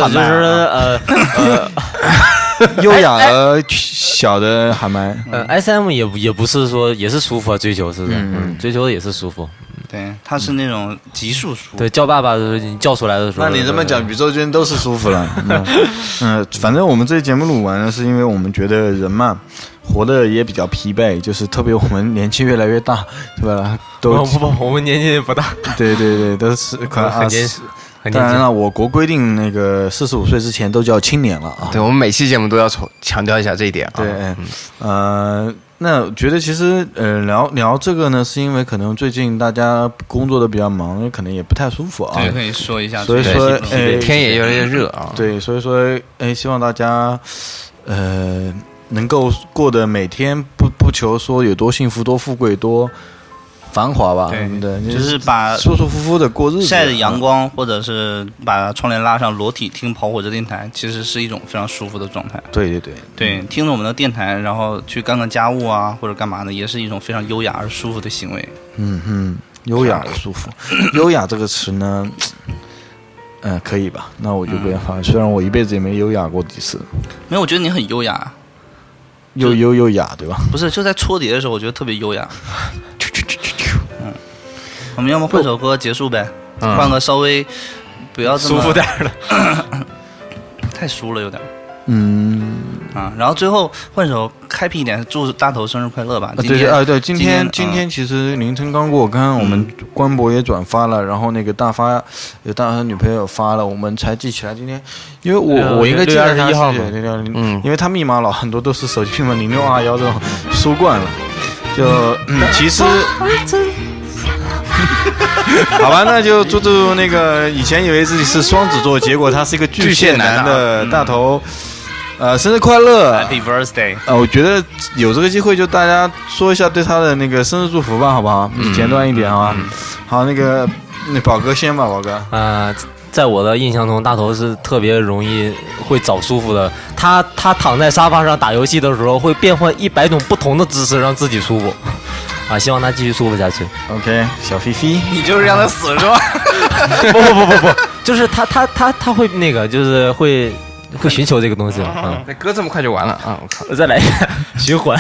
优雅而小的喊麦。 SM 也不是说也是舒服啊，追求是的，追求的也是舒服。 对，它是那种急速舒服。 对，叫爸爸的时候，你叫出来的时候， 那你这么讲，宇宙间都是舒服了。反正我们这期节目录完了，是因为我们觉得人嘛，活得也比较疲惫，就是特别我们年纪越来越大，对吧？不， 我们年纪也不大。 对，都是可能20。当然了，我国规定那个45岁之前都叫青年了啊。 对，我们每期节目都要强调一下这一点啊。 对，那我觉得其实聊这个呢，是因为可能最近大家工作的比较忙，可能也不太舒服啊。 对，可以说一下。 所以说， 天也越来越热啊。 对，所以说，希望大家能够过得每天不求说有多幸福、多富贵、多繁华吧，对， 就是把舒舒服服的过日子， 晒着阳光，或者是把窗帘拉上，裸体听跑火车电台，其实是一种非常舒服的状态。 对， 听着我们的电台，然后去干个家务啊，或者干嘛的，也是一种非常优雅而舒服的行为。 优雅而舒服，优雅这个词呢，可以吧？那我就不要发，虽然我一辈子也没优雅过几次。 没有，我觉得你很优雅。 优雅，对吧？ 不是，就在搓碟的时候，我觉得特别优雅。我们要么换首歌结束呗，换个稍微不要这么舒服点的， 太舒了有点。然后最后换首happy一点，祝大头生日快乐吧。 对，今天其实凌晨刚过，刚刚我们官博也转发了，然后那个大发女朋友发了，我们才记起来今天，因为我应该记得他 621号嘛， 因为他密码老很多都是手机密码0621这种输惯了，就其实。好吧，那就祝那个以前以为自己是双子座，结果他是一个巨蟹男的大头，生日快乐 ，Happy Birthday！ 我觉得有这个机会就大家说一下对他的那个生日祝福吧，好不好？简短一点，好吧？好，那宝哥先吧，宝哥。 在我的印象中，大头是特别容易会找舒服的。他躺在沙发上打游戏的时候，会变换100种不同的姿势让自己舒服。希望他继续舒服下去。 OK， 小菲菲， 你就是让他死是吧？ 不，就是他会那个，就是会寻求这个东西。 那歌这么快就完了啊！我靠， 我再来一遍循环。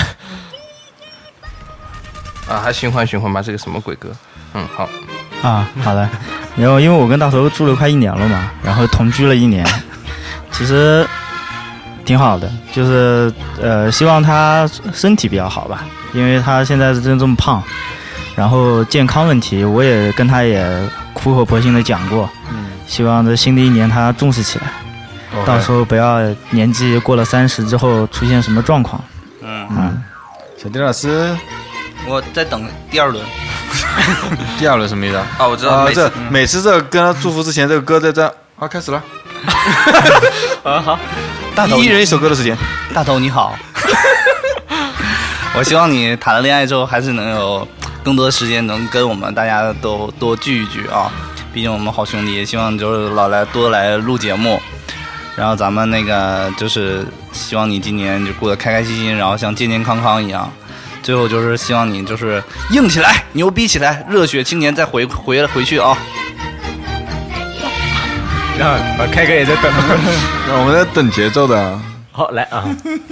还循环吧，这个什么鬼歌？好。 好的。然后因为我跟大头住了快1年了嘛，然后同居了1年，其实挺好的，就是希望他身体比较好吧。因为他现在是真这么胖，然后健康问题我也跟他也苦口婆心的讲过，希望这新的1年他重视起来，到时候不要年纪过了30之后出现什么状况。 小丁老师， 我在等第2轮。 第2轮什么意思啊？ 我知道。 每次这跟他祝福之前，这个歌在这开始了。 好， 大头 1人1首歌的时间。 大头你好。我希望你谈了恋爱之后，还是能有更多的时间，能跟我们大家都多聚一聚啊！毕竟我们好兄弟，也希望就是多来录节目。然后咱们那个就是希望你今年就过得开开心心，然后像健健康康一样。最后就是希望你就是硬起来，牛逼起来，热血青年再回去啊！ 然后开哥也在等， 我们在等节奏的。 好，来啊！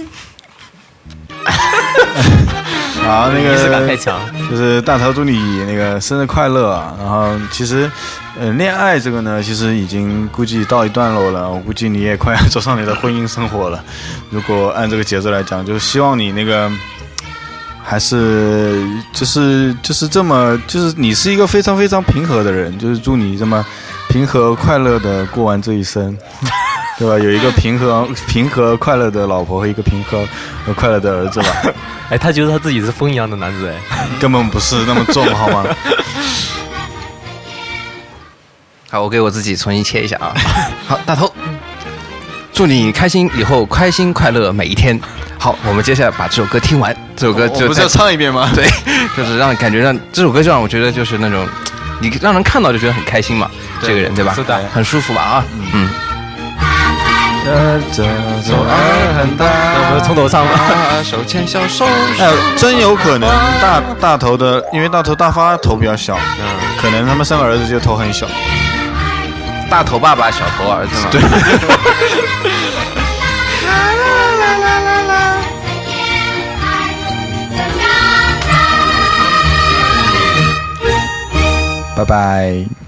好，那个仪式感太强， 就是大头祝你那个生日快乐啊！然后其实，恋爱这个呢，其实已经估计到一段落了。我估计你也快要走上你的婚姻生活了。如果按这个节奏来讲，就是希望你那个还是就是这么，就是你是一个非常非常平和的人，就是祝你这么平和快乐的过完这一生。对吧？有一个平和快乐的老婆和一个平和快乐的儿子吧。 他觉得他自己是风一样的男子根本不是那么重，好吗？ 好，我给我自己重新切一下啊。好，大头， 祝你开心以后开心快乐每一天。好，我们接下来把这首歌听完。这首歌就不是要唱一遍吗？ 对，就是让感觉让这首歌就让我觉得就是那种，你让人看到就觉得很开心嘛，这个人对吧？ 是的， 很舒服吧啊，嗯。 这种爱很大， 那我们从头唱吧。 手牵小手。 哎，真有可能大头的，因为大头大发头比较小，可能他们生儿子就头很小。 大头爸爸，小头儿子嘛。对。 拜拜。